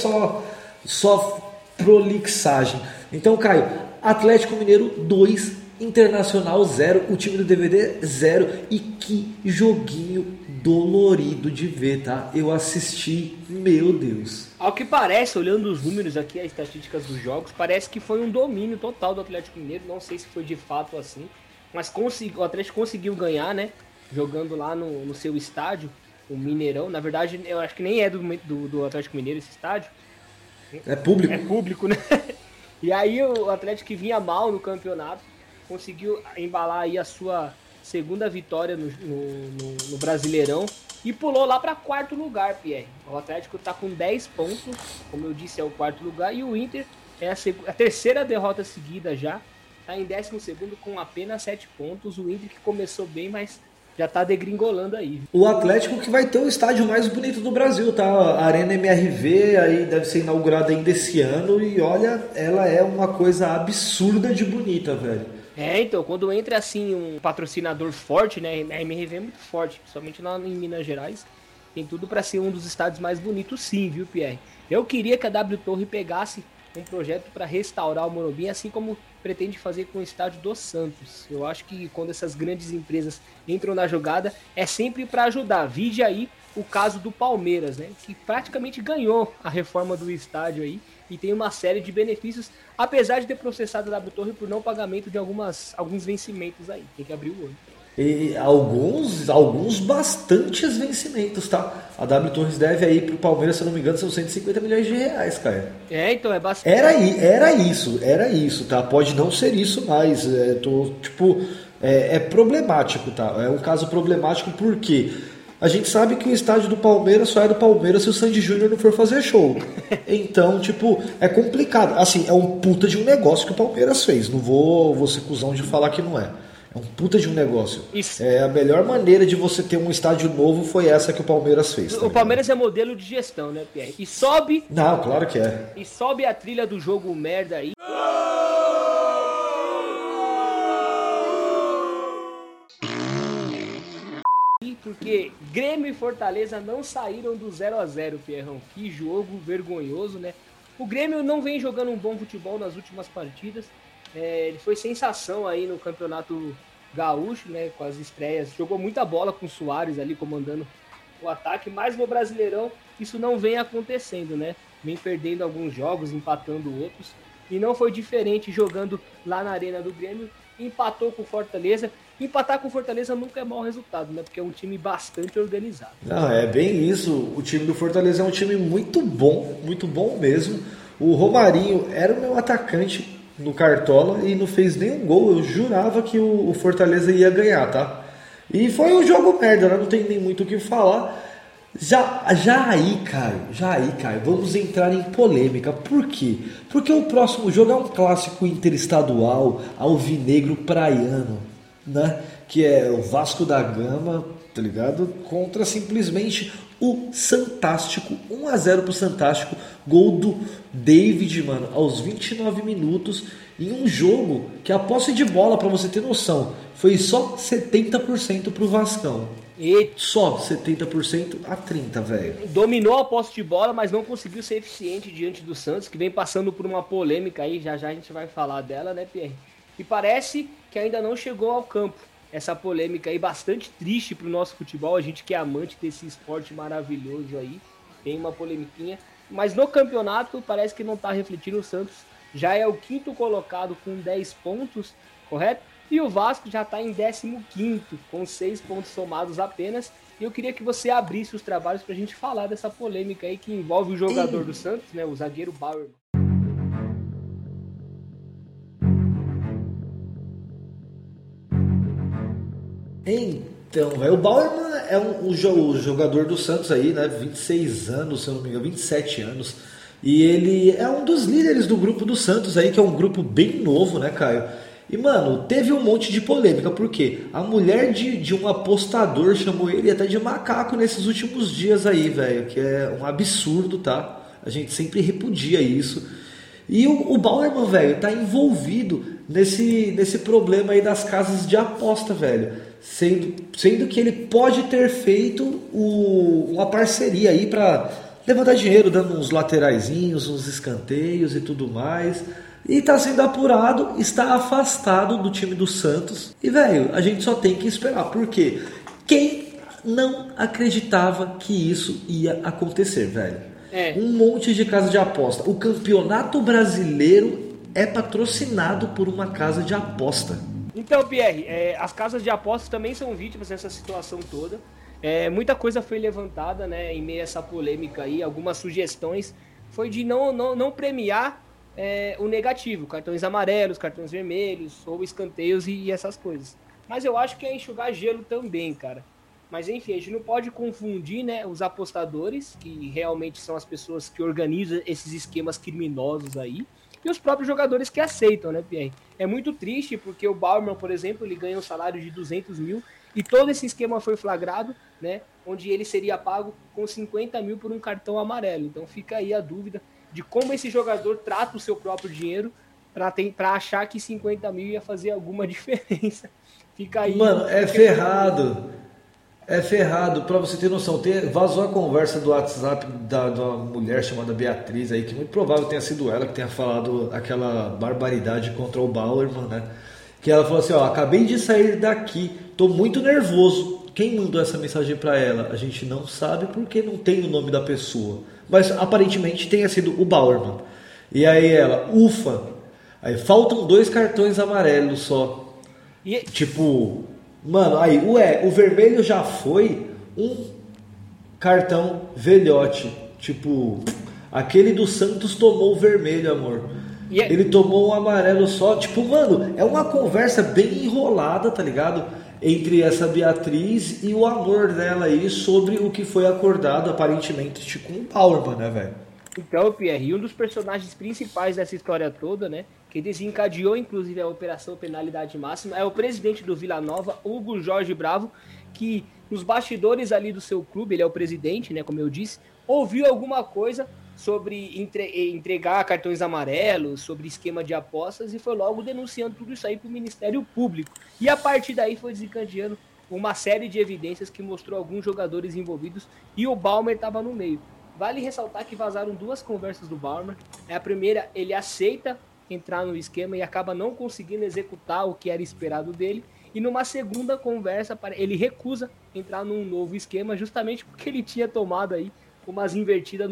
só prolixagem. Então, Caio, Atlético Mineiro 2, Internacional 0, o time do DVD 0. E que joguinho dolorido de ver, tá? Eu assisti, meu Deus. Ao que parece, olhando os números aqui, as estatísticas dos jogos, parece que foi um domínio total do Atlético Mineiro. Não sei se foi de fato assim, mas o Atlético conseguiu ganhar, né? Jogando lá no seu estádio, o Mineirão. Na verdade, eu acho que nem é do Atlético Mineiro esse estádio. É público. É público, né? E aí o Atlético, que vinha mal no campeonato, conseguiu embalar aí a sua segunda vitória no Brasileirão e pulou lá para quarto lugar, Pierre. O Atlético tá com 10 pontos, como eu disse, é o quarto lugar, e o Inter é a terceira derrota seguida já, tá em 12º com apenas 7 pontos. O Inter que começou bem, mas já tá degringolando aí. O Atlético que vai ter o estádio mais bonito do Brasil, tá? A Arena MRV aí deve ser inaugurada ainda esse ano e olha, ela é uma coisa absurda de bonita, velho. Então, quando entra assim um patrocinador forte, né? A MRV é muito forte, principalmente lá em Minas Gerais, tem tudo para ser um dos estádios mais bonitos, sim, viu, Pierre? Eu queria que a W Torre pegasse um projeto para restaurar o Morumbi, assim como pretende fazer com o estádio do Santos. Eu acho que quando essas grandes empresas entram na jogada, é sempre para ajudar. Vide aí o caso do Palmeiras, né? Que praticamente ganhou a reforma do estádio aí e tem uma série de benefícios, apesar de ter processado a W Torre por não pagamento de alguns vencimentos aí. Tem que abrir o olho. E alguns bastantes vencimentos, tá? A W Torres deve aí pro Palmeiras, se eu não me engano, são 150 milhões de reais, cara. Então é bastante. Era isso, tá? Pode não ser isso mais. É problemático, tá? É um caso problemático porque a gente sabe que o estádio do Palmeiras só é do Palmeiras se o Sandy Júnior não for fazer show. Então, é complicado. Assim, é um puta de um negócio que o Palmeiras fez. Não vou ser cuzão de falar que não é. É um puta de um negócio. Isso. A melhor maneira de você ter um estádio novo foi essa que o Palmeiras fez. O Palmeiras é modelo de gestão, né, Pierre? E sobe... Não, claro que é. E sobe a trilha do jogo merda aí. Porque Grêmio e Fortaleza não saíram do 0-0, Pierrão. Que jogo vergonhoso, né? O Grêmio não vem jogando um bom futebol nas últimas partidas. Ele foi sensação aí no Campeonato Gaúcho, né? Com as estreias. Jogou muita bola com o Soares ali comandando o ataque. Mas no Brasileirão isso não vem acontecendo, né? Vem perdendo alguns jogos, empatando outros. E não foi diferente jogando lá na Arena do Grêmio. Empatou com o Fortaleza. Empatar com o Fortaleza nunca é mau resultado, né? Porque é um time bastante organizado. Não, é bem isso. O time do Fortaleza é um time muito bom mesmo. O Romarinho era o meu atacante no Cartola e não fez nenhum gol. Eu jurava que o Fortaleza ia ganhar, tá? E foi um jogo merda, né? Não tem nem muito o que falar. Já aí, Caio, vamos entrar em polêmica. Por quê? Porque o próximo jogo é um clássico interestadual, alvinegro praiano, né? Que é o Vasco da Gama, tá ligado? Contra simplesmente o Santástico. 1-0 pro Santástico. Gol do David, mano, aos 29 minutos. Em um jogo que a posse de bola, pra você ter noção, foi só 70% pro Vascão. E Só 70% a 30%, velho. dominou a posse de bola, mas não conseguiu ser eficiente diante do Santos, que vem passando por uma polêmica aí, já a gente vai falar dela, né, Pierre? E parece que ainda não chegou ao campo. Essa polêmica aí bastante triste pro nosso futebol, a gente que é amante desse esporte maravilhoso aí, tem uma polemiquinha. Mas no campeonato parece que não tá refletindo. O Santos já é o 5º colocado com 10 pontos, correto? E o Vasco já está em 15º, com 6 pontos somados apenas. E eu queria que você abrisse os trabalhos para a gente falar dessa polêmica aí que envolve o jogador do Santos, né, o zagueiro Bauerman. Então, velho, o Bauerman é o jogador do Santos aí, né? 26 anos, se eu não me engano, 27 anos. E ele é um dos líderes do grupo do Santos aí, que é um grupo bem novo, né, Caio? E, mano, teve um monte de polêmica, porque a mulher de um apostador chamou ele até de macaco nesses últimos dias aí, velho, que é um absurdo, tá? A gente sempre repudia isso. E o Bauerman, velho, tá envolvido nesse problema aí das casas de aposta, velho. Sendo que ele pode ter feito uma parceria aí pra levantar dinheiro, dando uns lateraizinhos, uns escanteios e tudo mais. E tá sendo apurado, está afastado do time do Santos. E, velho, a gente só tem que esperar. Por quê? Quem não acreditava que isso ia acontecer, velho? Um monte de casa de aposta. O Campeonato Brasileiro é patrocinado por uma casa de aposta. Então, Pierre, as casas de apostas também são vítimas dessa situação toda. Muita coisa foi levantada, né, em meio a essa polêmica aí. Algumas sugestões foi de não premiar o negativo, cartões amarelos, cartões vermelhos, ou escanteios e essas coisas. Mas eu acho que é enxugar gelo também, cara. Mas enfim, a gente não pode confundir, né, os apostadores, que realmente são as pessoas que organizam esses esquemas criminosos aí, e os próprios jogadores que aceitam, né, Pierre? É muito triste porque o Bauerman, por exemplo, ele ganha um salário de 200 mil e todo esse esquema foi flagrado, né, onde ele seria pago com 50 mil por um cartão amarelo. Então fica aí a dúvida de como esse jogador trata o seu próprio dinheiro para achar que 50 mil ia fazer alguma diferença. Fica aí. Mano, é ferrado. É ferrado, pra você ter noção. Vazou a conversa do WhatsApp de uma mulher chamada Beatriz aí, que muito provável tenha sido ela que tenha falado aquela barbaridade contra o Bauerman, né? Que ela falou assim, acabei de sair daqui, tô muito nervoso. Quem mandou essa mensagem pra ela? A gente não sabe porque não tem o nome da pessoa. Mas aparentemente tenha sido o Bauerman. E aí ela, ufa, aí faltam 2 cartões amarelos só. Tipo... Mano, aí o vermelho já foi um cartão velhote. Tipo, aquele do Santos tomou o vermelho, amor. Ele tomou um amarelo só. Tipo, mano, é uma conversa bem enrolada, tá ligado? Entre essa Beatriz e o amor dela aí sobre o que foi acordado, aparentemente, com o Bauerman, né, velho? Então, Pierre, um dos personagens principais dessa história toda, né, que desencadeou inclusive a Operação Penalidade Máxima, é o presidente do Vila Nova, Hugo Jorge Bravo, que nos bastidores ali do seu clube, ele é o presidente, né, como eu disse, ouviu alguma coisa sobre entregar cartões amarelos, sobre esquema de apostas e foi logo denunciando tudo isso aí para o Ministério Público. E a partir daí foi desencadeando uma série de evidências que mostrou alguns jogadores envolvidos e o Bauerman estava no meio. Vale ressaltar que vazaram 2 conversas do Bauerman. A primeira, ele aceita entrar no esquema e acaba não conseguindo executar o que era esperado dele. E numa segunda conversa, ele recusa entrar num novo esquema, justamente porque ele tinha tomado aí umas invertidas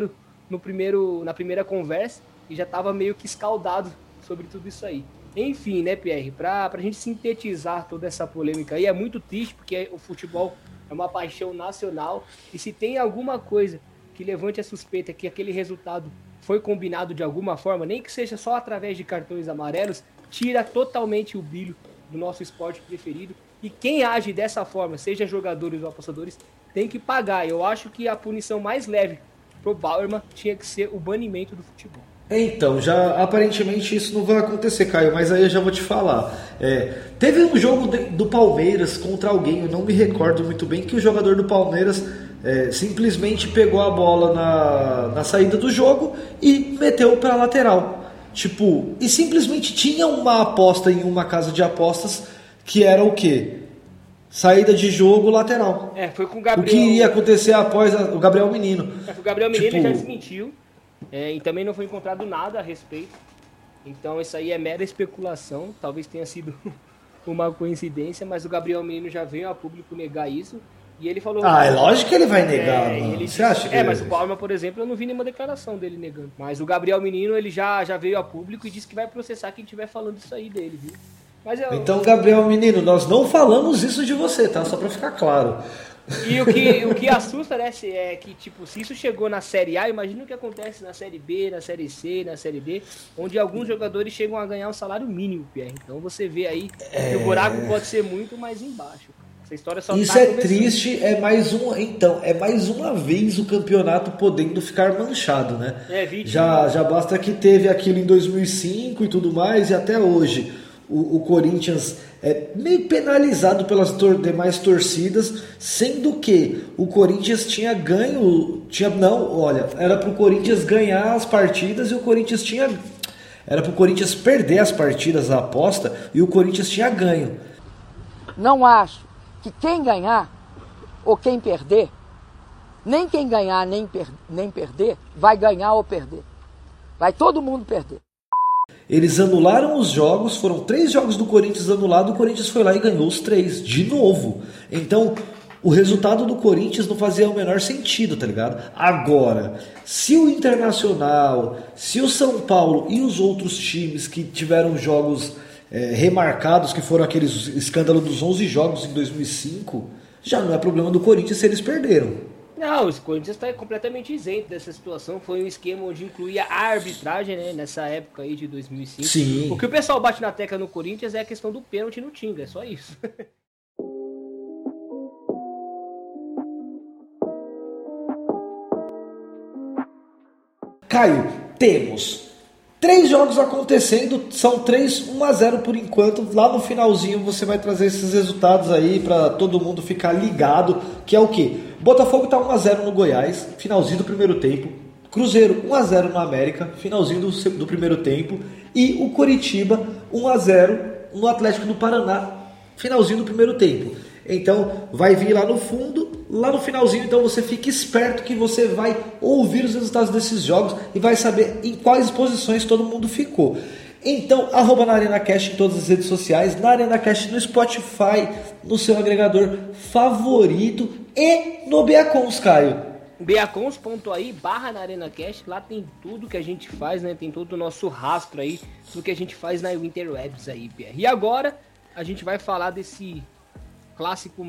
na primeira conversa e já estava meio que escaldado sobre tudo isso aí. Enfim, né, Pierre, pra gente sintetizar toda essa polêmica aí, é muito triste porque o futebol é uma paixão nacional e se tem alguma coisa que levante a suspeita que aquele resultado foi combinado de alguma forma, nem que seja só através de cartões amarelos, tira totalmente o brilho do nosso esporte preferido. E quem age dessa forma, seja jogadores ou apostadores, tem que pagar. Eu acho que a punição mais leve pro Bauerman tinha que ser o banimento do futebol. Então, já aparentemente isso não vai acontecer, Caio, mas aí eu já vou te falar. Teve um jogo do Palmeiras contra alguém, eu não me recordo muito bem, que o jogador do Palmeiras simplesmente pegou a bola na saída do jogo e meteu para a lateral. Tipo, e simplesmente tinha uma aposta em uma casa de apostas que era o quê? Saída de jogo lateral. Foi com o Gabriel. O que iria acontecer após o Gabriel Menino. O Gabriel Menino já desmentiu. E também não foi encontrado nada a respeito. Então isso aí é mera especulação. Talvez tenha sido uma coincidência, mas o Gabriel Menino já veio a público negar isso. E ele falou... é lógico que ele vai negar, mano. Ele Você acha que mas o Bauerman, por exemplo, eu não vi nenhuma declaração dele negando. Mas o Gabriel Menino, ele já veio a público e disse que vai processar quem estiver falando isso aí dele, viu? Mas Então, Gabriel Menino, nós não falamos isso de você, tá? Só pra ficar claro. E o que assusta, né, é que, tipo, se isso chegou na Série A, imagina o que acontece na Série B, na Série C, na Série D, onde alguns jogadores chegam a ganhar um salário mínimo, Pierre. Então você vê aí que o buraco pode ser muito mais embaixo. Essa história só isso triste, é mais uma vez o campeonato podendo ficar manchado, né? Já basta que teve aquilo em 2005 e tudo mais, e até hoje o Corinthians é meio penalizado pelas demais torcidas, sendo que o Corinthians tinha ganho, era pro Corinthians ganhar as partidas e o Corinthians era pro Corinthians perder as partidas a aposta e o Corinthians tinha ganho. Não acho que quem ganhar ou quem perder, nem quem ganhar nem perder, vai ganhar ou perder. Vai todo mundo perder. Eles anularam os jogos, foram 3 jogos do Corinthians anulados, o Corinthians foi lá e ganhou os 3, de novo. Então, o resultado do Corinthians não fazia o menor sentido, tá ligado? Agora, se o Internacional, se o São Paulo e os outros times que tiveram jogos remarcados, que foram aqueles escândalos dos 11 jogos em 2005, já não é problema do Corinthians se eles perderam. Não, o Corinthians está completamente isento dessa situação. Foi um esquema onde incluía a arbitragem, né, nessa época aí de 2005. Sim. O que o pessoal bate na tecla no Corinthians é a questão do pênalti no Tinga, é só isso. Caio, temos 3 jogos acontecendo, são 3 1-0 por enquanto. Lá no finalzinho você vai trazer esses resultados aí para todo mundo ficar ligado, que é o quê? Botafogo tá 1-0 no Goiás, finalzinho do primeiro tempo. Cruzeiro 1-0 no América, finalzinho do primeiro tempo. E o Coritiba 1-0 no Atlético do Paraná, finalzinho do primeiro tempo. Então vai vir lá no fundo, lá no finalzinho, então você fica esperto que você vai ouvir os resultados desses jogos e vai saber em quais posições todo mundo ficou. Então, @ na ArenaCast em todas as redes sociais, na ArenaCast no Spotify, no seu agregador favorito e no Beacons, Caio. Beacons.ai / na ArenaCast, lá tem tudo que a gente faz, né? Tem todo o nosso rastro aí, tudo que a gente faz na Interwebs aí, Pierre. E agora a gente vai falar desse clássico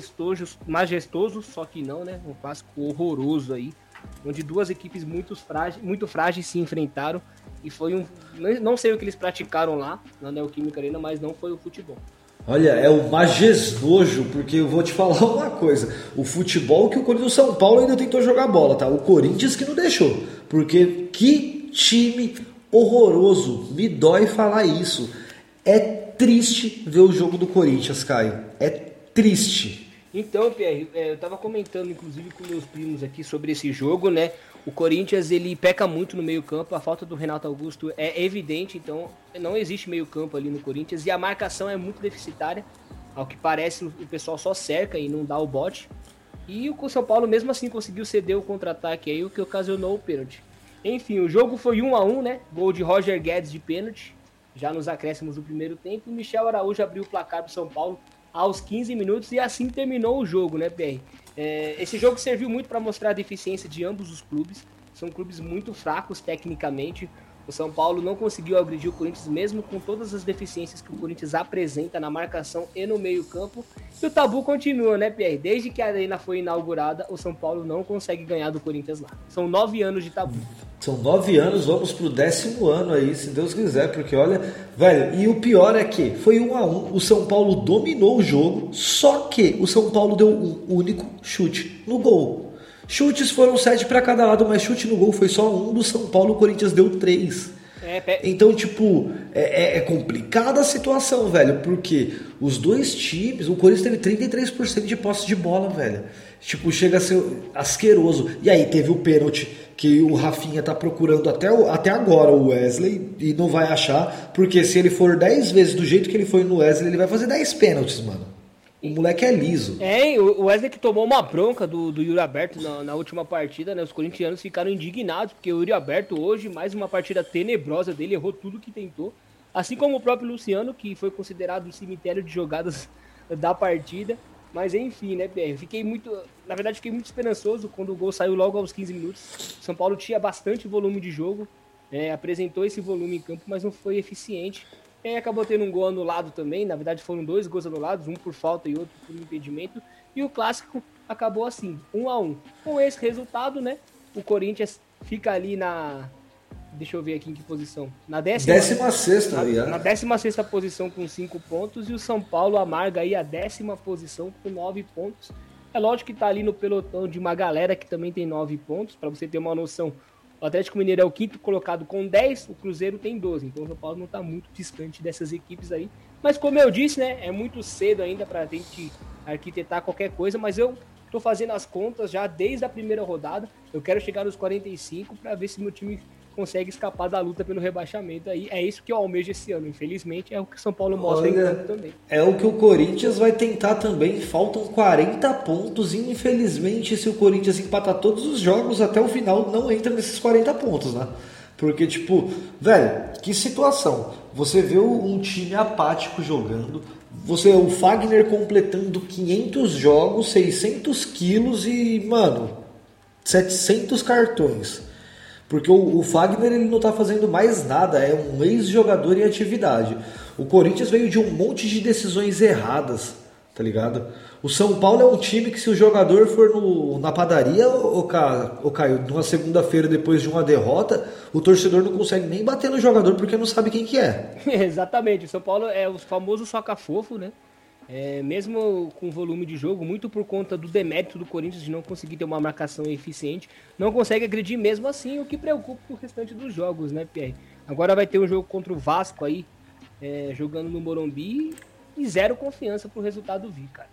majestoso, só que não, né? Um clássico horroroso aí, onde duas equipes muito frágeis se enfrentaram e foi não sei o que eles praticaram lá na Neoquímica Arena, mas não foi o futebol. Olha, é o majestoso, porque eu vou te falar uma coisa, o futebol que o Corinthians do São Paulo ainda tentou jogar bola, tá? O Corinthians que não deixou, porque que time horroroso, me dói falar isso. É triste ver o jogo do Corinthians, Caio, é triste. Então, Pierre, eu tava comentando inclusive com meus primos aqui sobre esse jogo, né? O Corinthians, ele peca muito no meio-campo, a falta do Renato Augusto é evidente, então não existe meio-campo ali no Corinthians e a marcação é muito deficitária. Ao que parece, o pessoal só cerca e não dá o bote. E o São Paulo mesmo assim conseguiu ceder o contra-ataque aí, o que ocasionou o pênalti. Enfim, o jogo foi 1-1, né? Gol de Roger Guedes de pênalti, já nos acréscimos do primeiro tempo. O Michel Araújo abriu o placar pro São Paulo aos 15 minutos e assim terminou o jogo, né, Pierre? Esse jogo serviu muito para mostrar a deficiência de ambos os clubes. São clubes muito fracos tecnicamente. O São Paulo não conseguiu agredir o Corinthians, mesmo com todas as deficiências que o Corinthians apresenta na marcação e no meio-campo. E o tabu continua, né, Pierre? Desde que a Arena foi inaugurada, o São Paulo não consegue ganhar do Corinthians lá. São 9 anos de tabu. São 9 anos, vamos pro 10º ano aí, se Deus quiser, porque olha, velho, e o pior é que foi 1-1, o São Paulo dominou o jogo, só que o São Paulo deu um único chute no gol. Chutes foram 7 para cada lado, mas chute no gol foi só um do São Paulo, o Corinthians deu 3. Então, tipo, é complicada a situação, velho, porque os dois times, o Corinthians teve 33% de posse de bola, velho. Tipo, chega a ser asqueroso. E aí teve o pênalti que o Rafinha tá procurando até agora o Wesley e não vai achar, porque se ele for 10 vezes do jeito que ele foi no Wesley, ele vai fazer 10 pênaltis, mano. O moleque é liso. O Wesley que tomou uma bronca do Yuri Alberto na última partida, né? Os corintianos ficaram indignados, porque o Yuri Alberto hoje, mais uma partida tenebrosa dele, errou tudo que tentou. Assim como o próprio Luciano, que foi considerado o cemitério de jogadas da partida. Mas enfim, né, Pierre? Fiquei muito esperançoso quando o gol saiu logo aos 15 minutos. São Paulo tinha bastante volume de jogo, apresentou esse volume em campo, mas não foi eficiente. Acabou tendo um gol anulado também, na verdade foram 2 gols anulados, um por falta e outro por impedimento, e o clássico acabou assim, 1-1. Com esse resultado, né, o Corinthians fica ali deixa eu ver aqui em que posição, na 16ª, na 16ª posição com 5 pontos, e o São Paulo amarga aí a 10ª posição com 9 pontos. É lógico que tá ali no pelotão de uma galera que também tem 9 pontos, para você ter uma noção. O Atlético Mineiro é o 5º colocado com 10, o Cruzeiro tem 12, então o São Paulo não está muito distante dessas equipes aí. Mas como eu disse, né, é muito cedo ainda para a gente arquitetar qualquer coisa, mas eu estou fazendo as contas já desde a primeira rodada. Eu quero chegar nos 45 para ver se meu time consegue escapar da luta pelo rebaixamento aí. É isso que eu almejo esse ano. Infelizmente, é o que o São Paulo mostra em campo também. É o que o Corinthians vai tentar também. Faltam 40 pontos. E infelizmente, se o Corinthians empatar todos os jogos até o final, não entra nesses 40 pontos, né? Porque, tipo, velho, que situação. você vê um time apático jogando, o Fagner completando 500 jogos, 600 quilos e, mano, 700 cartões. Porque o Fagner ele não tá fazendo mais nada, é um ex-jogador em atividade. O Corinthians veio de um monte de decisões erradas, tá ligado? O São Paulo é um time que se o jogador for na padaria, o Caio, numa segunda-feira depois de uma derrota, o torcedor não consegue nem bater no jogador porque não sabe quem que é. Exatamente, o São Paulo é o famoso soca-fofo, né? Mesmo com volume de jogo, muito por conta do demérito do Corinthians de não conseguir ter uma marcação eficiente, não consegue agredir mesmo assim, o que preocupa o restante dos jogos, né, Pierre? Agora vai ter um jogo contra o Vasco aí, jogando no Morumbi, e zero confiança pro resultado vir, cara.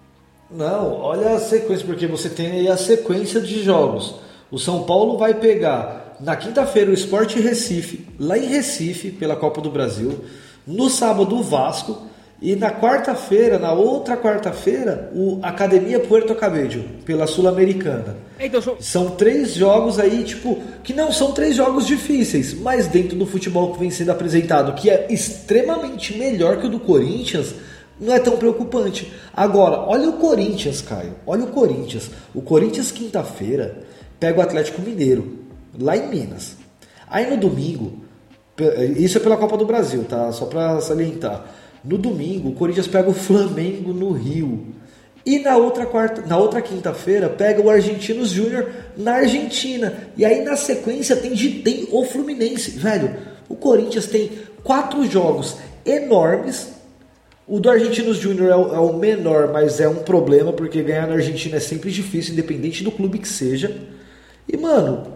Não, olha a sequência, porque você tem aí a sequência de jogos. O São Paulo vai pegar na quinta-feira o Sport Recife, lá em Recife, pela Copa do Brasil. No sábado o Vasco. E na quarta-feira, na outra quarta-feira, o Academia Puerto Cabello, pela Sul-Americana. Então, São 3 jogos aí, tipo, que não são 3 jogos difíceis, mas dentro do futebol que vem sendo apresentado, que é extremamente melhor que o do Corinthians, não é tão preocupante. Agora, olha o Corinthians, Caio. Olha o Corinthians. O Corinthians, quinta-feira, pega o Atlético Mineiro, lá em Minas. Aí no domingo, isso é pela Copa do Brasil, tá? Só pra salientar. No domingo, o Corinthians pega o Flamengo no Rio. E na outra quinta-feira, pega o Argentinos Júnior na Argentina. E aí, na sequência, tem o Fluminense. Velho, o Corinthians tem 4 jogos enormes. O do Argentinos Júnior é o menor, mas é um problema, porque ganhar na Argentina é sempre difícil, independente do clube que seja. E, mano,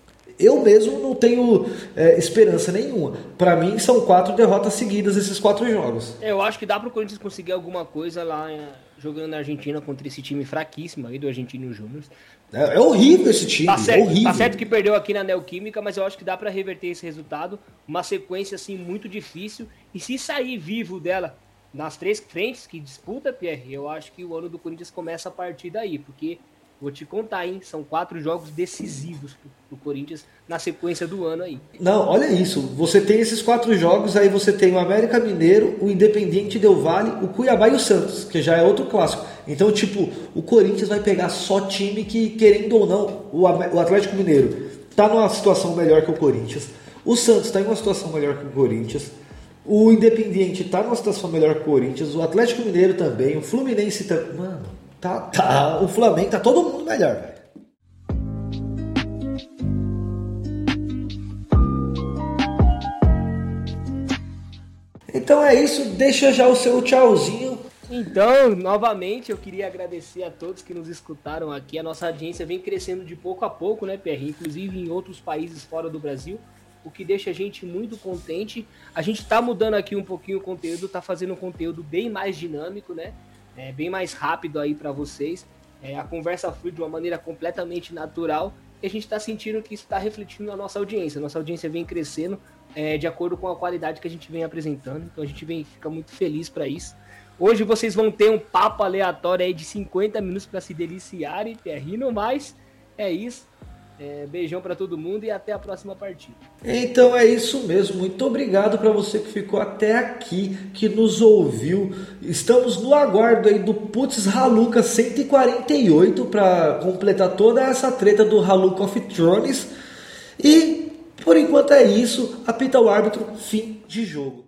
eu mesmo não tenho esperança nenhuma. Pra mim, são 4 derrotas seguidas esses 4 jogos. Eu acho que dá pro Corinthians conseguir alguma coisa lá jogando na Argentina contra esse time fraquíssimo aí do Argentinos Júnior. É horrível esse time, é horrível. Tá certo que perdeu aqui na Neoquímica, mas eu acho que dá pra reverter esse resultado. Uma sequência, assim, muito difícil. E se sair vivo dela nas 3 frentes que disputa, Pierre, eu acho que o ano do Corinthians começa a partir daí, porque, vou te contar, hein, são 4 jogos decisivos pro Corinthians na sequência do ano aí. Não, olha isso, você tem esses 4 jogos, aí você tem o América Mineiro, o Independiente Del Valle, o Cuiabá e o Santos, que já é outro clássico. Então, tipo, o Corinthians vai pegar só time que, querendo ou não, o Atlético Mineiro tá numa situação melhor que o Corinthians, o Santos tá em uma situação melhor que o Corinthians, o Independiente tá numa situação melhor que o Corinthians, o Atlético Mineiro também, o Fluminense também. Mano, tá, o Flamengo tá todo mundo melhor, velho. Então é isso, deixa já o seu tchauzinho. Então, novamente, eu queria agradecer a todos que nos escutaram aqui. A nossa audiência vem crescendo de pouco a pouco, né, PR? Inclusive em outros países fora do Brasil, o que deixa a gente muito contente. A gente tá mudando aqui um pouquinho o conteúdo, tá fazendo um conteúdo bem mais dinâmico, né? Bem mais rápido aí para vocês. A conversa flui de uma maneira completamente natural e a gente tá sentindo que isso tá refletindo na nossa audiência. Nossa audiência vem crescendo de acordo com a qualidade que a gente vem apresentando, então a gente fica muito feliz para isso. Hoje vocês vão ter um papo aleatório aí de 50 minutos para se deliciarem, rindo mais. É isso. Beijão para todo mundo e até a próxima partida. Então é isso mesmo, muito obrigado para você que ficou até aqui, que nos ouviu. Estamos no aguardo aí do Putz Haluka 148 para completar toda essa treta do Haluka of Thrones. E por enquanto é isso, apita o árbitro, fim de jogo.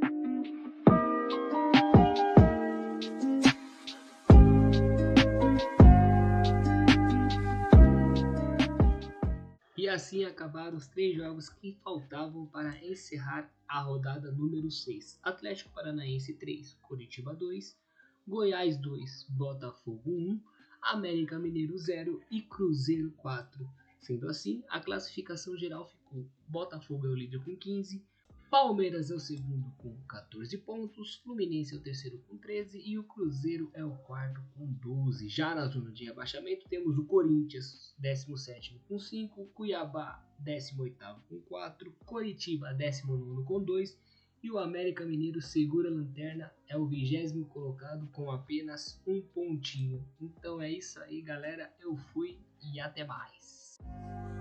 E assim acabaram os 3 jogos que faltavam para encerrar a rodada número 6. Atlético Paranaense 3, Coritiba 2, Goiás 2, Botafogo 1, América Mineiro 0 e Cruzeiro 4. Sendo assim, a classificação geral ficou: Botafogo é o líder com 15, Palmeiras é o segundo com 14 pontos, Fluminense é o terceiro com 13 e o Cruzeiro é o quarto com 12. Já na zona de rebaixamento temos o Corinthians, 17º com 5, Cuiabá, 18º com 4, Coritiba, 19º com 2 e o América Mineiro segura a lanterna, é o 20º colocado com apenas 1 pontinho. Então é isso aí, galera, eu fui e até mais.